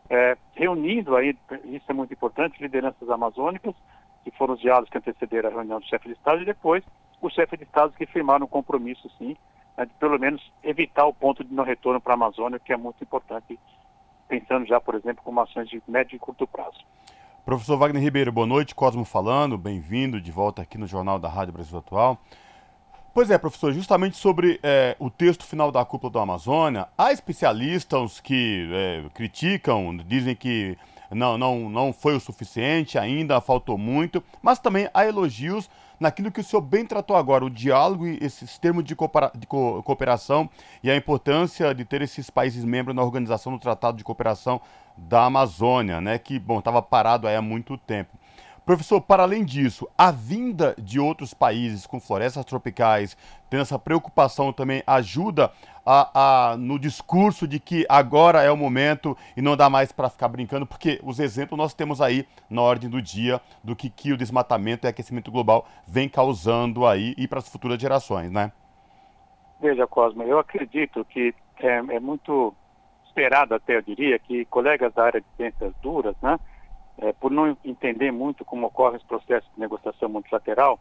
reunindo aí, isso é muito importante, lideranças amazônicas, que foram os diálogos que antecederam a reunião do chefe de Estado, e depois os chefes de Estado que firmaram um compromisso, sim, né, de pelo menos evitar o ponto de não retorno para a Amazônia, que é muito importante, pensando já, por exemplo, como ações de médio e curto prazo. Professor Wagner Ribeiro, boa noite. Cosmo falando, bem-vindo de volta aqui no Jornal da Rádio Brasil Atual. Pois é, professor, justamente sobre o texto final da Cúpula do Amazônia, há especialistas que criticam, dizem que não foi o suficiente, ainda faltou muito, mas também há elogios naquilo que o senhor bem tratou agora, o diálogo e esses termos de cooperação e a importância de ter esses países membros na organização do Tratado de Cooperação da Amazônia, né, que, estava parado aí há muito tempo. Professor, para além disso, a vinda de outros países com florestas tropicais, tendo essa preocupação também, ajuda no discurso de que agora é o momento e não dá mais para ficar brincando, porque os exemplos nós temos aí na ordem do dia do que o desmatamento e aquecimento global vem causando aí e para as futuras gerações, né? Veja, Cosmo, eu acredito que é muito esperado até, eu diria, que colegas da área de ciências duras, né, por não entender muito como ocorrem os processos de negociação multilateral,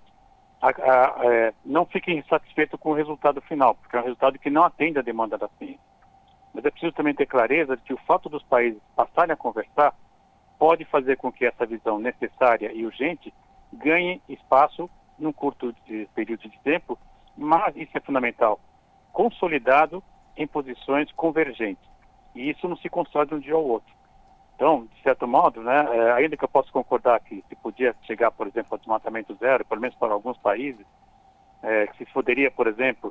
não fiquem satisfeitos com o resultado final, porque é um resultado que não atende à demanda da ciência. Mas é preciso também ter clareza de que o fato dos países passarem a conversar pode fazer com que essa visão necessária e urgente ganhe espaço num curto período de tempo, mas isso é fundamental, consolidado em posições convergentes. E isso não se constrói de um dia ao outro. Então, de certo modo, né, ainda que eu possa concordar que se podia chegar, por exemplo, ao desmatamento zero, pelo menos para alguns países, que se poderia, por exemplo,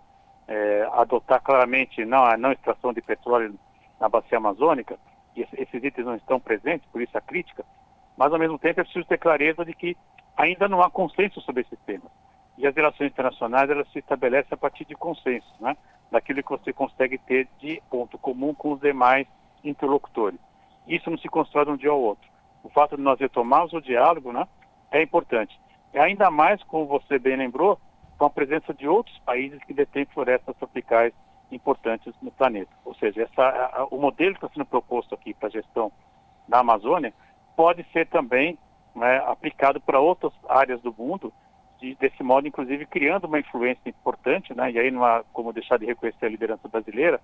adotar claramente a não extração de petróleo na bacia amazônica, e esses itens não estão presentes, por isso a crítica, mas ao mesmo tempo é preciso ter clareza de que ainda não há consenso sobre esses temas. E as relações internacionais, elas se estabelecem a partir de consensos, né, daquilo que você consegue ter de ponto comum com os demais interlocutores. Isso não se constrói de um dia ao outro. O fato de nós retomarmos o diálogo, né, é importante. E ainda mais, como você bem lembrou, com a presença de outros países que detêm florestas tropicais importantes no planeta. Ou seja, o modelo que está sendo proposto aqui para a gestão da Amazônia pode ser também, né, aplicado para outras áreas do mundo, desse modo, inclusive, criando uma influência importante, né, e aí não há como deixar de reconhecer a liderança brasileira,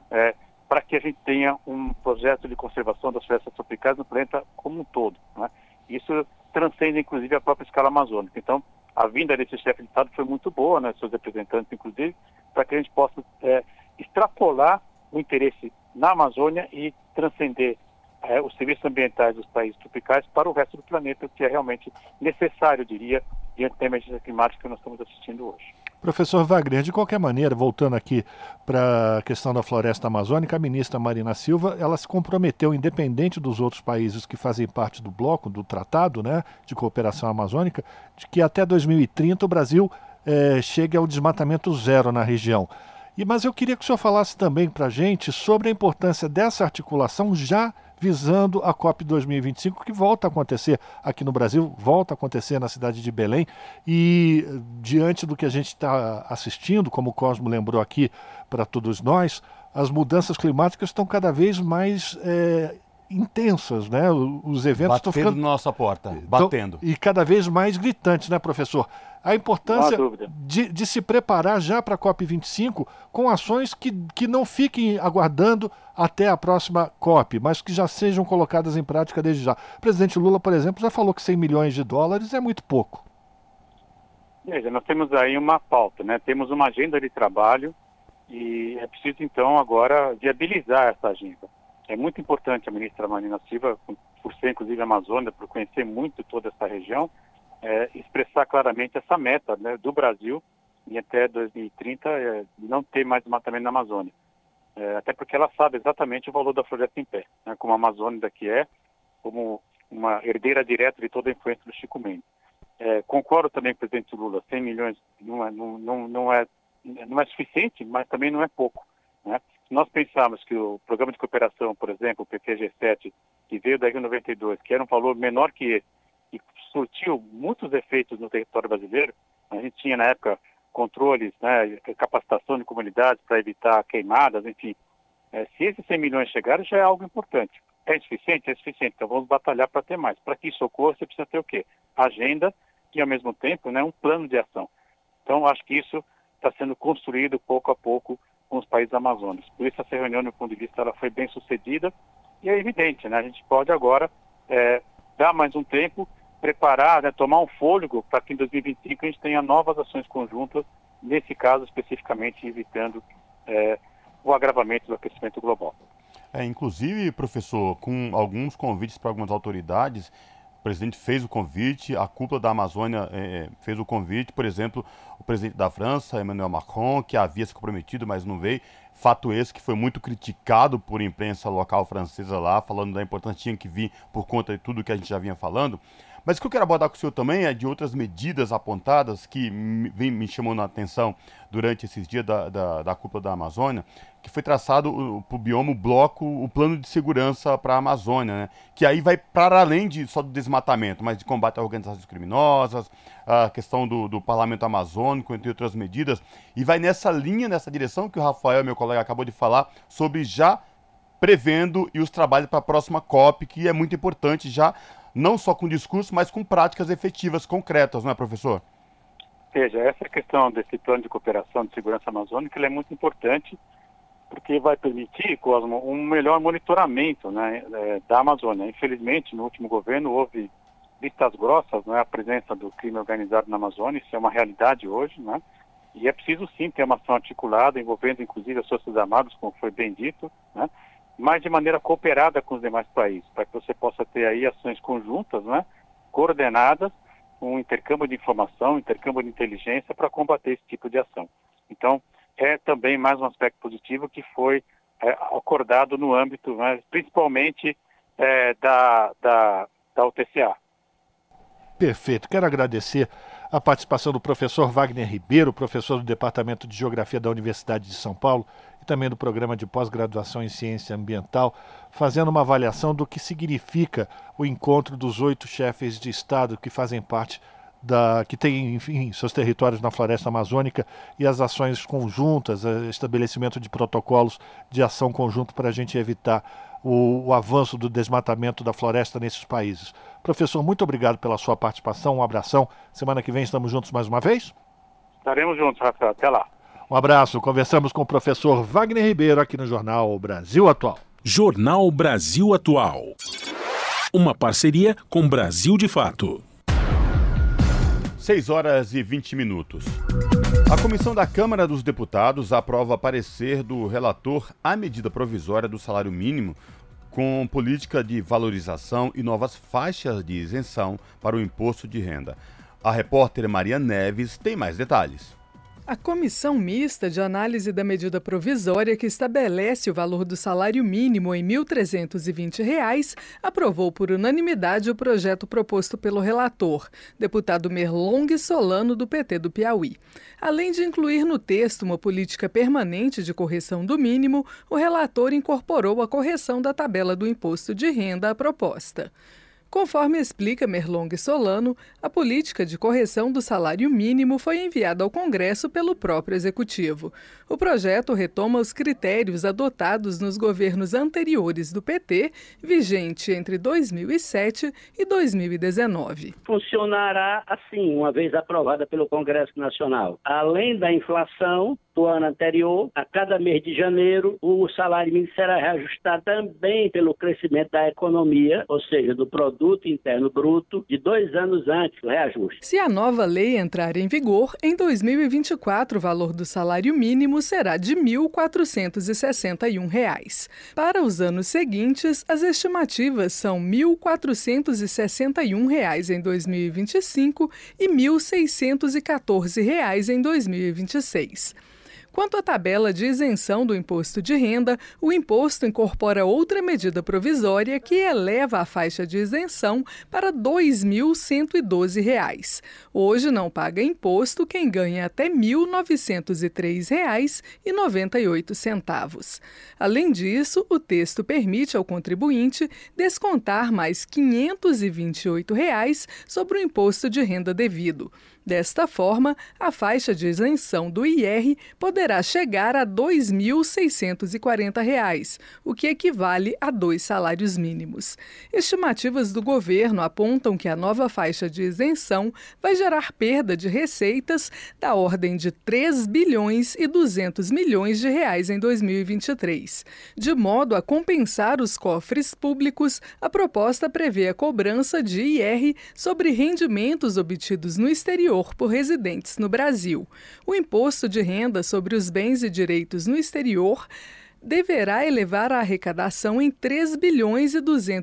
para que a gente tenha um projeto de conservação das florestas tropicais no planeta como um todo, né? Isso transcende, inclusive, a própria escala amazônica. Então, a vinda desse chefe de Estado foi muito boa, né, seus representantes, inclusive, para que a gente possa extrapolar o interesse na Amazônia e transcender os serviços ambientais dos países tropicais para o resto do planeta, o que é realmente necessário, eu diria, diante da emergência climática que nós estamos assistindo hoje. Professor Wagner, de qualquer maneira, voltando aqui para a questão da floresta amazônica, a ministra Marina Silva, ela se comprometeu, independente dos outros países que fazem parte do bloco, do Tratado, né, de Cooperação Amazônica, de que até 2030 o Brasil chegue ao desmatamento zero na região. Mas eu queria que o senhor falasse também para a gente sobre a importância dessa articulação já visando a COP 2025, que volta a acontecer aqui no Brasil, volta a acontecer na cidade de Belém, e diante do que a gente está assistindo, como o Cosmo lembrou aqui para todos nós, as mudanças climáticas estão cada vez mais intensas, né? Os eventos estão ficando na nossa porta, batendo. E cada vez mais gritantes, né, professor? A importância de se preparar já para a COP25 com ações que não fiquem aguardando até a próxima COP, mas que já sejam colocadas em prática desde já. O presidente Lula, por exemplo, já falou que 100 milhões de dólares é muito pouco. Veja, nós temos aí uma pauta, né? Temos uma agenda de trabalho e é preciso, então, agora viabilizar essa agenda. É muito importante a ministra Marina Silva, por ser, inclusive, amazônica, por conhecer muito toda essa região, expressar claramente essa meta, né, do Brasil e até 2030 não ter mais desmatamento na Amazônia. Até porque ela sabe exatamente o valor da floresta em pé, né, como a Amazônia que é, como uma herdeira direta de toda a influência do Chico Mendes. Concordo também com o presidente Lula, 100 milhões não é suficiente, mas também não é pouco, né? Se nós pensarmos que o programa de cooperação, por exemplo, o PPG-7, que veio da Rio 92, que era um valor menor que esse, e surtiu muitos efeitos no território brasileiro, a gente tinha na época controles, né, capacitação de comunidades para evitar queimadas, enfim. Se esses 100 milhões chegarem, já é algo importante. É suficiente? É suficiente. Então vamos batalhar para ter mais. Para que isso ocorra, você precisa ter o quê? Agenda e, ao mesmo tempo, né, um plano de ação. Então, acho que isso está sendo construído pouco a pouco com os países amazônicos. Por isso, essa reunião, do meu ponto de vista, ela foi bem sucedida e é evidente, né? A gente pode agora dar mais um tempo, preparar, né, tomar um fôlego para que em 2025 a gente tenha novas ações conjuntas, nesse caso especificamente evitando o agravamento do aquecimento global. Inclusive, professor, com alguns convites para algumas autoridades, o presidente fez o convite, a cúpula da Amazônia fez o convite, por exemplo, o presidente da França, Emmanuel Macron, que havia se comprometido, mas não veio. Fato esse que foi muito criticado por imprensa local francesa lá, falando da importância, tinha que vir por conta de tudo que a gente já vinha falando. Mas o que eu quero abordar com o senhor também é de outras medidas apontadas que me chamou a atenção durante esses dias da cúpula da Amazônia, que foi traçado para o bioma, o bloco, o plano de segurança para a Amazônia, né? Que aí vai para além só do desmatamento, mas de combate a organizações criminosas, a questão do parlamento amazônico, entre outras medidas, e vai nessa linha, nessa direção que o Rafael, meu colega, acabou de falar, sobre já prevendo e os trabalhos para a próxima COP, que é muito importante já, não só com discurso, mas com práticas efetivas, concretas, não é, professor? Veja, essa questão desse plano de cooperação de segurança amazônica, ele é muito importante, porque vai permitir, Cosmo, um melhor monitoramento, né, da Amazônia. Infelizmente, no último governo, houve vistas grossas, né, a presença do crime organizado na Amazônia, isso é uma realidade hoje, né, e é preciso sim ter uma ação articulada, envolvendo inclusive as Forças Armadas, como foi bem dito, né, mas de maneira cooperada com os demais países, para que você possa ter aí ações conjuntas, né, coordenadas, um intercâmbio de informação, intercâmbio de inteligência para combater esse tipo de ação. Então, é também mais um aspecto positivo que foi acordado no âmbito, né, principalmente da UTCA. Perfeito. Quero agradecer a participação do professor Wagner Ribeiro, professor do Departamento de Geografia da Universidade de São Paulo e também do Programa de Pós-Graduação em Ciência Ambiental, fazendo uma avaliação do que significa o encontro dos 8 chefes de Estado que fazem parte que têm, enfim, seus territórios na floresta amazônica e as ações conjuntas, estabelecimento de protocolos de ação conjunta para a gente evitar o avanço do desmatamento da floresta nesses países. Professor, muito obrigado pela sua participação, um abração. Semana que vem estamos juntos mais uma vez? Estaremos juntos, Rafael. Até lá. Um abraço. Conversamos com o professor Wagner Ribeiro aqui no Jornal Brasil Atual. Jornal Brasil Atual. Uma parceria com Brasil de Fato. 6 horas e 20 minutos. A Comissão da Câmara dos Deputados aprova parecer do relator à medida provisória do salário mínimo com política de valorização e novas faixas de isenção para o imposto de renda. A repórter Maria Neves tem mais detalhes. A Comissão Mista de Análise da Medida Provisória, que estabelece o valor do salário mínimo em R$ 1.320, aprovou por unanimidade o projeto proposto pelo relator, deputado Merlong Solano, do PT do Piauí. Além de incluir no texto uma política permanente de correção do mínimo, o relator incorporou a correção da tabela do imposto de renda à proposta. Conforme explica Merlong Solano, a política de correção do salário mínimo foi enviada ao Congresso pelo próprio Executivo. O projeto retoma os critérios adotados nos governos anteriores do PT, vigente entre 2007 e 2019. Funcionará assim, uma vez aprovada pelo Congresso Nacional. Além da inflação do ano anterior, a cada mês de janeiro, o salário mínimo será reajustado também pelo crescimento da economia, ou seja, do Produto Interno Bruto, de 2 anos antes do reajuste. Se a nova lei entrar em vigor, em 2024 o valor do salário mínimo será de R$ 1.461. Para os anos seguintes, as estimativas são R$ 1.461 em 2025 e R$ 1.614 em 2026. Quanto à tabela de isenção do imposto de renda, o imposto incorpora outra medida provisória que eleva a faixa de isenção para R$ 2.112. Hoje não paga imposto quem ganha até R$ 1.903,98. Além disso, o texto permite ao contribuinte descontar mais R$ 528 sobre o imposto de renda devido. Desta forma, a faixa de isenção do IR poderá chegar a R$ 2.640, o que equivale a 2 salários mínimos. Estimativas do governo apontam que a nova faixa de isenção vai gerar perda de receitas da ordem de 3 bilhões e 200 milhões de reais em 2023. De modo a compensar os cofres públicos, a proposta prevê a cobrança de IR sobre rendimentos obtidos no exterior por residentes no Brasil. O imposto de renda sobre os bens e direitos no exterior deverá elevar a arrecadação em 3 bilhões e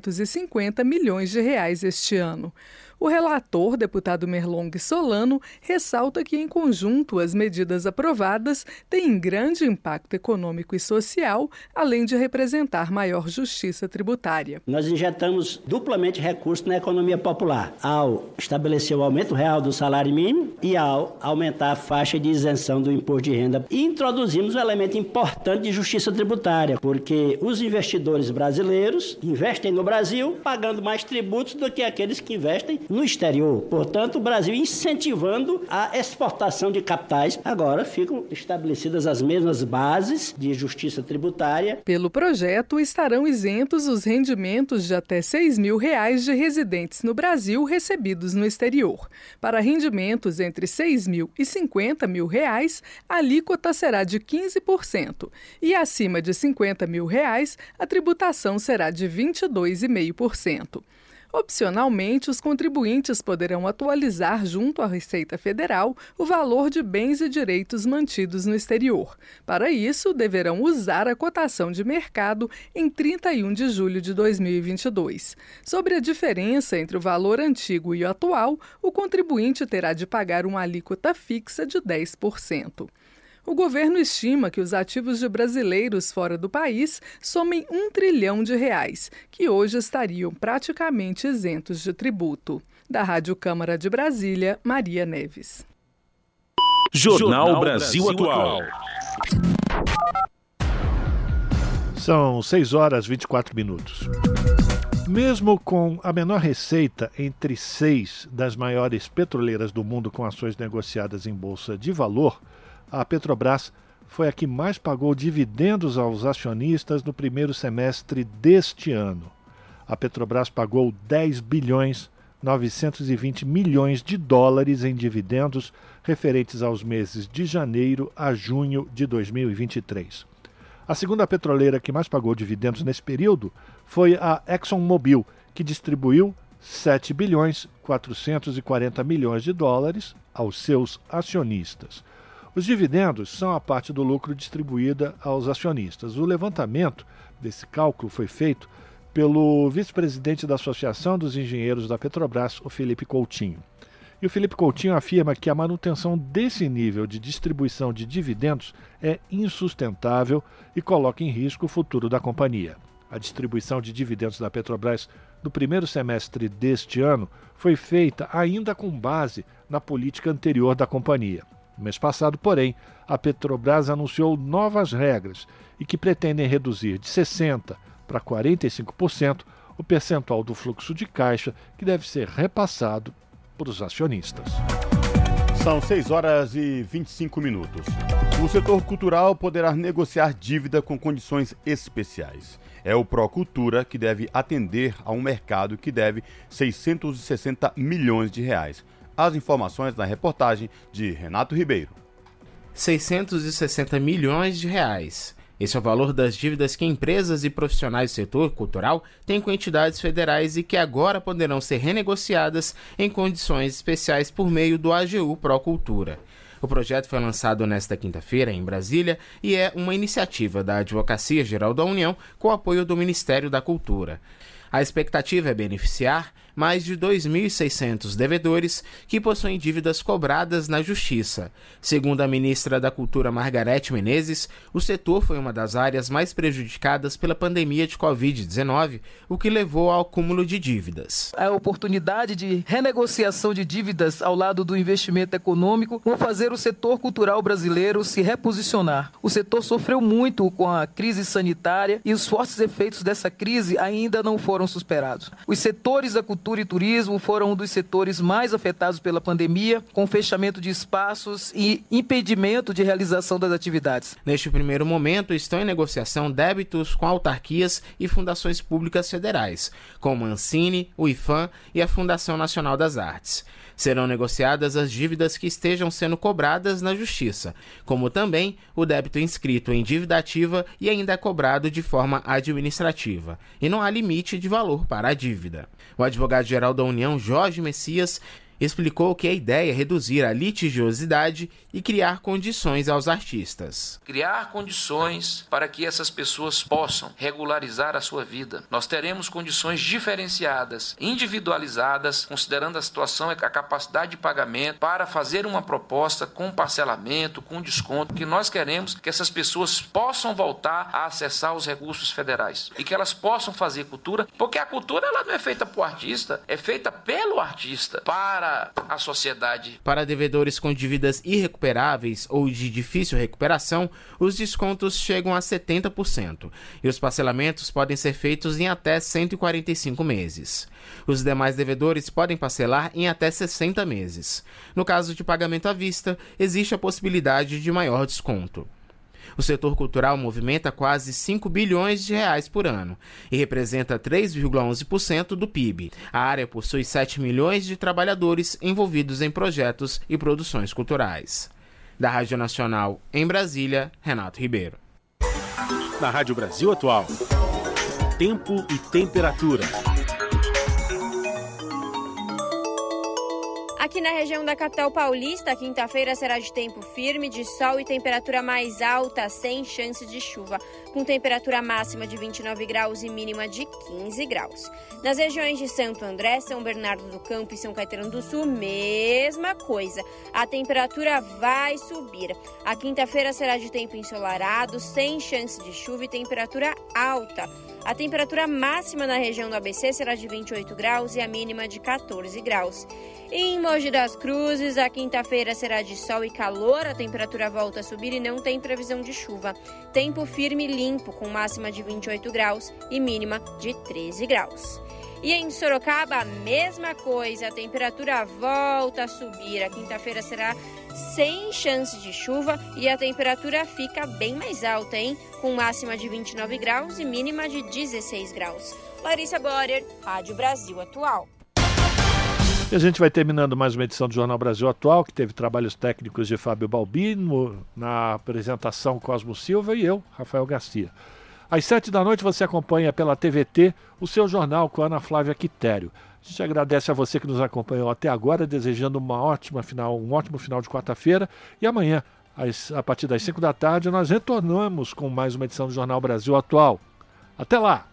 250 milhões de reais este ano. O relator, deputado Merlong Solano, ressalta que, em conjunto, as medidas aprovadas têm grande impacto econômico e social, além de representar maior justiça tributária. Nós injetamos duplamente recursos na economia popular, ao estabelecer o aumento real do salário mínimo e ao aumentar a faixa de isenção do imposto de renda. E introduzimos um elemento importante de justiça tributária, porque os investidores brasileiros investem no Brasil pagando mais tributos do que aqueles que investem no exterior. Portanto, o Brasil incentivando a exportação de capitais. Agora ficam estabelecidas as mesmas bases de justiça tributária. Pelo projeto, estarão isentos os rendimentos de até R$ 6.000 de residentes no Brasil recebidos no exterior. Para rendimentos entre R$ 6.000 e R$ 50.000, a alíquota será de 15%. E acima de R$ 50.000, a tributação será de 22,5%. Opcionalmente, os contribuintes poderão atualizar junto à Receita Federal o valor de bens e direitos mantidos no exterior. Para isso, deverão usar a cotação de mercado em 31 de julho de 2022. Sobre a diferença entre o valor antigo e o atual, o contribuinte terá de pagar uma alíquota fixa de 10%. O governo estima que os ativos de brasileiros fora do país somem R$ 1 trilhão, que hoje estariam praticamente isentos de tributo. Da Rádio Câmara de Brasília, Maria Neves. Jornal Brasil Atual. São 6 horas e 24 minutos. Mesmo com a menor receita entre 6 das maiores petroleiras do mundo com ações negociadas em bolsa de valor, a Petrobras foi a que mais pagou dividendos aos acionistas no primeiro semestre deste ano. A Petrobras pagou 10 bilhões 920 milhões de dólares em dividendos referentes aos meses de janeiro a junho de 2023. A segunda petroleira que mais pagou dividendos nesse período foi a ExxonMobil, que distribuiu 7 bilhões 440 milhões de dólares aos seus acionistas. Os dividendos são a parte do lucro distribuída aos acionistas. O levantamento desse cálculo foi feito pelo vice-presidente da Associação dos Engenheiros da Petrobras, o Felipe Coutinho. E o Felipe Coutinho afirma que a manutenção desse nível de distribuição de dividendos é insustentável e coloca em risco o futuro da companhia. A distribuição de dividendos da Petrobras no primeiro semestre deste ano foi feita ainda com base na política anterior da companhia. No mês passado, porém, a Petrobras anunciou novas regras e que pretendem reduzir de 60% para 45% o percentual do fluxo de caixa que deve ser repassado para os acionistas. São 6 horas e 25 minutos. O setor cultural poderá negociar dívida com condições especiais. É o Procultura que deve atender a um mercado que deve 660 milhões de reais. As informações na reportagem de Renato Ribeiro. 660 milhões de reais. Esse é o valor das dívidas que empresas e profissionais do setor cultural têm com entidades federais e que agora poderão ser renegociadas em condições especiais por meio do AGU Procultura. O projeto foi lançado nesta quinta-feira em Brasília e é uma iniciativa da Advocacia Geral da União com apoio do Ministério da Cultura. A expectativa é beneficiar mais de 2.600 devedores que possuem dívidas cobradas na Justiça. Segundo a ministra da Cultura, Margarete Menezes, o setor foi uma das áreas mais prejudicadas pela pandemia de Covid-19, o que levou ao acúmulo de dívidas. A oportunidade de renegociação de dívidas ao lado do investimento econômico vão fazer o setor cultural brasileiro se reposicionar. O setor sofreu muito com a crise sanitária e os fortes efeitos dessa crise ainda não foram superados. Os setores da cultura cultura e turismo foram um dos setores mais afetados pela pandemia, com fechamento de espaços e impedimento de realização das atividades. Neste primeiro momento, estão em negociação débitos com autarquias e fundações públicas federais, como a Ancine, o IFAM e a Fundação Nacional das Artes. Serão negociadas as dívidas que estejam sendo cobradas na Justiça, como também o débito inscrito em dívida ativa e ainda é cobrado de forma administrativa, e não há limite de valor para a dívida. O advogado-geral da União, Jorge Messias, explicou que a ideia é reduzir a litigiosidade e criar condições aos artistas. Criar condições para que essas pessoas possam regularizar a sua vida. Nós teremos condições diferenciadas, individualizadas, considerando a situação e a capacidade de pagamento, para fazer uma proposta com parcelamento, com desconto, que nós queremos que essas pessoas possam voltar a acessar os recursos federais e que elas possam fazer cultura, porque a cultura ela não é feita por artista, é feita pelo artista, para a sociedade. Para devedores com dívidas irrecuperáveis ou de difícil recuperação, os descontos chegam a 70% e os parcelamentos podem ser feitos em até 145 meses. Os demais devedores podem parcelar em até 60 meses. No caso de pagamento à vista, existe a possibilidade de maior desconto. O setor cultural movimenta quase 5 bilhões de reais por ano e representa 3,11% do PIB. A área possui 7 milhões de trabalhadores envolvidos em projetos e produções culturais. Da Rádio Nacional, em Brasília, Renato Ribeiro. Na Rádio Brasil Atual, tempo e temperatura. Aqui na região da capital paulista, a quinta-feira será de tempo firme, de sol e temperatura mais alta, sem chance de chuva, com temperatura máxima de 29 graus e mínima de 15 graus. Nas regiões de Santo André, São Bernardo do Campo e São Caetano do Sul, mesma coisa. A temperatura vai subir. A quinta-feira será de tempo ensolarado, sem chance de chuva e temperatura alta. A temperatura máxima na região do ABC será de 28 graus e a mínima de 14 graus. Em Mogi das Cruzes, a quinta-feira será de sol e calor, a temperatura volta a subir e não tem previsão de chuva. Tempo firme e limpo, com máxima de 28 graus e mínima de 13 graus. E em Sorocaba, a mesma coisa, a temperatura volta a subir. A quinta-feira será sem chance de chuva e a temperatura fica bem mais alta, hein? Com máxima de 29 graus e mínima de 16 graus. Larissa Borer, Rádio Brasil Atual. E a gente vai terminando mais uma edição do Jornal Brasil Atual, que teve trabalhos técnicos de Fábio Balbino, na apresentação Cosmo Silva e eu, Rafael Garcia. Às 7 da noite você acompanha pela TVT o seu jornal com a Ana Flávia Quitério. A gente agradece a você que nos acompanhou até agora, desejando um ótimo final de quarta-feira. E amanhã, a partir das 5 da tarde, nós retornamos com mais uma edição do Jornal Brasil Atual. Até lá!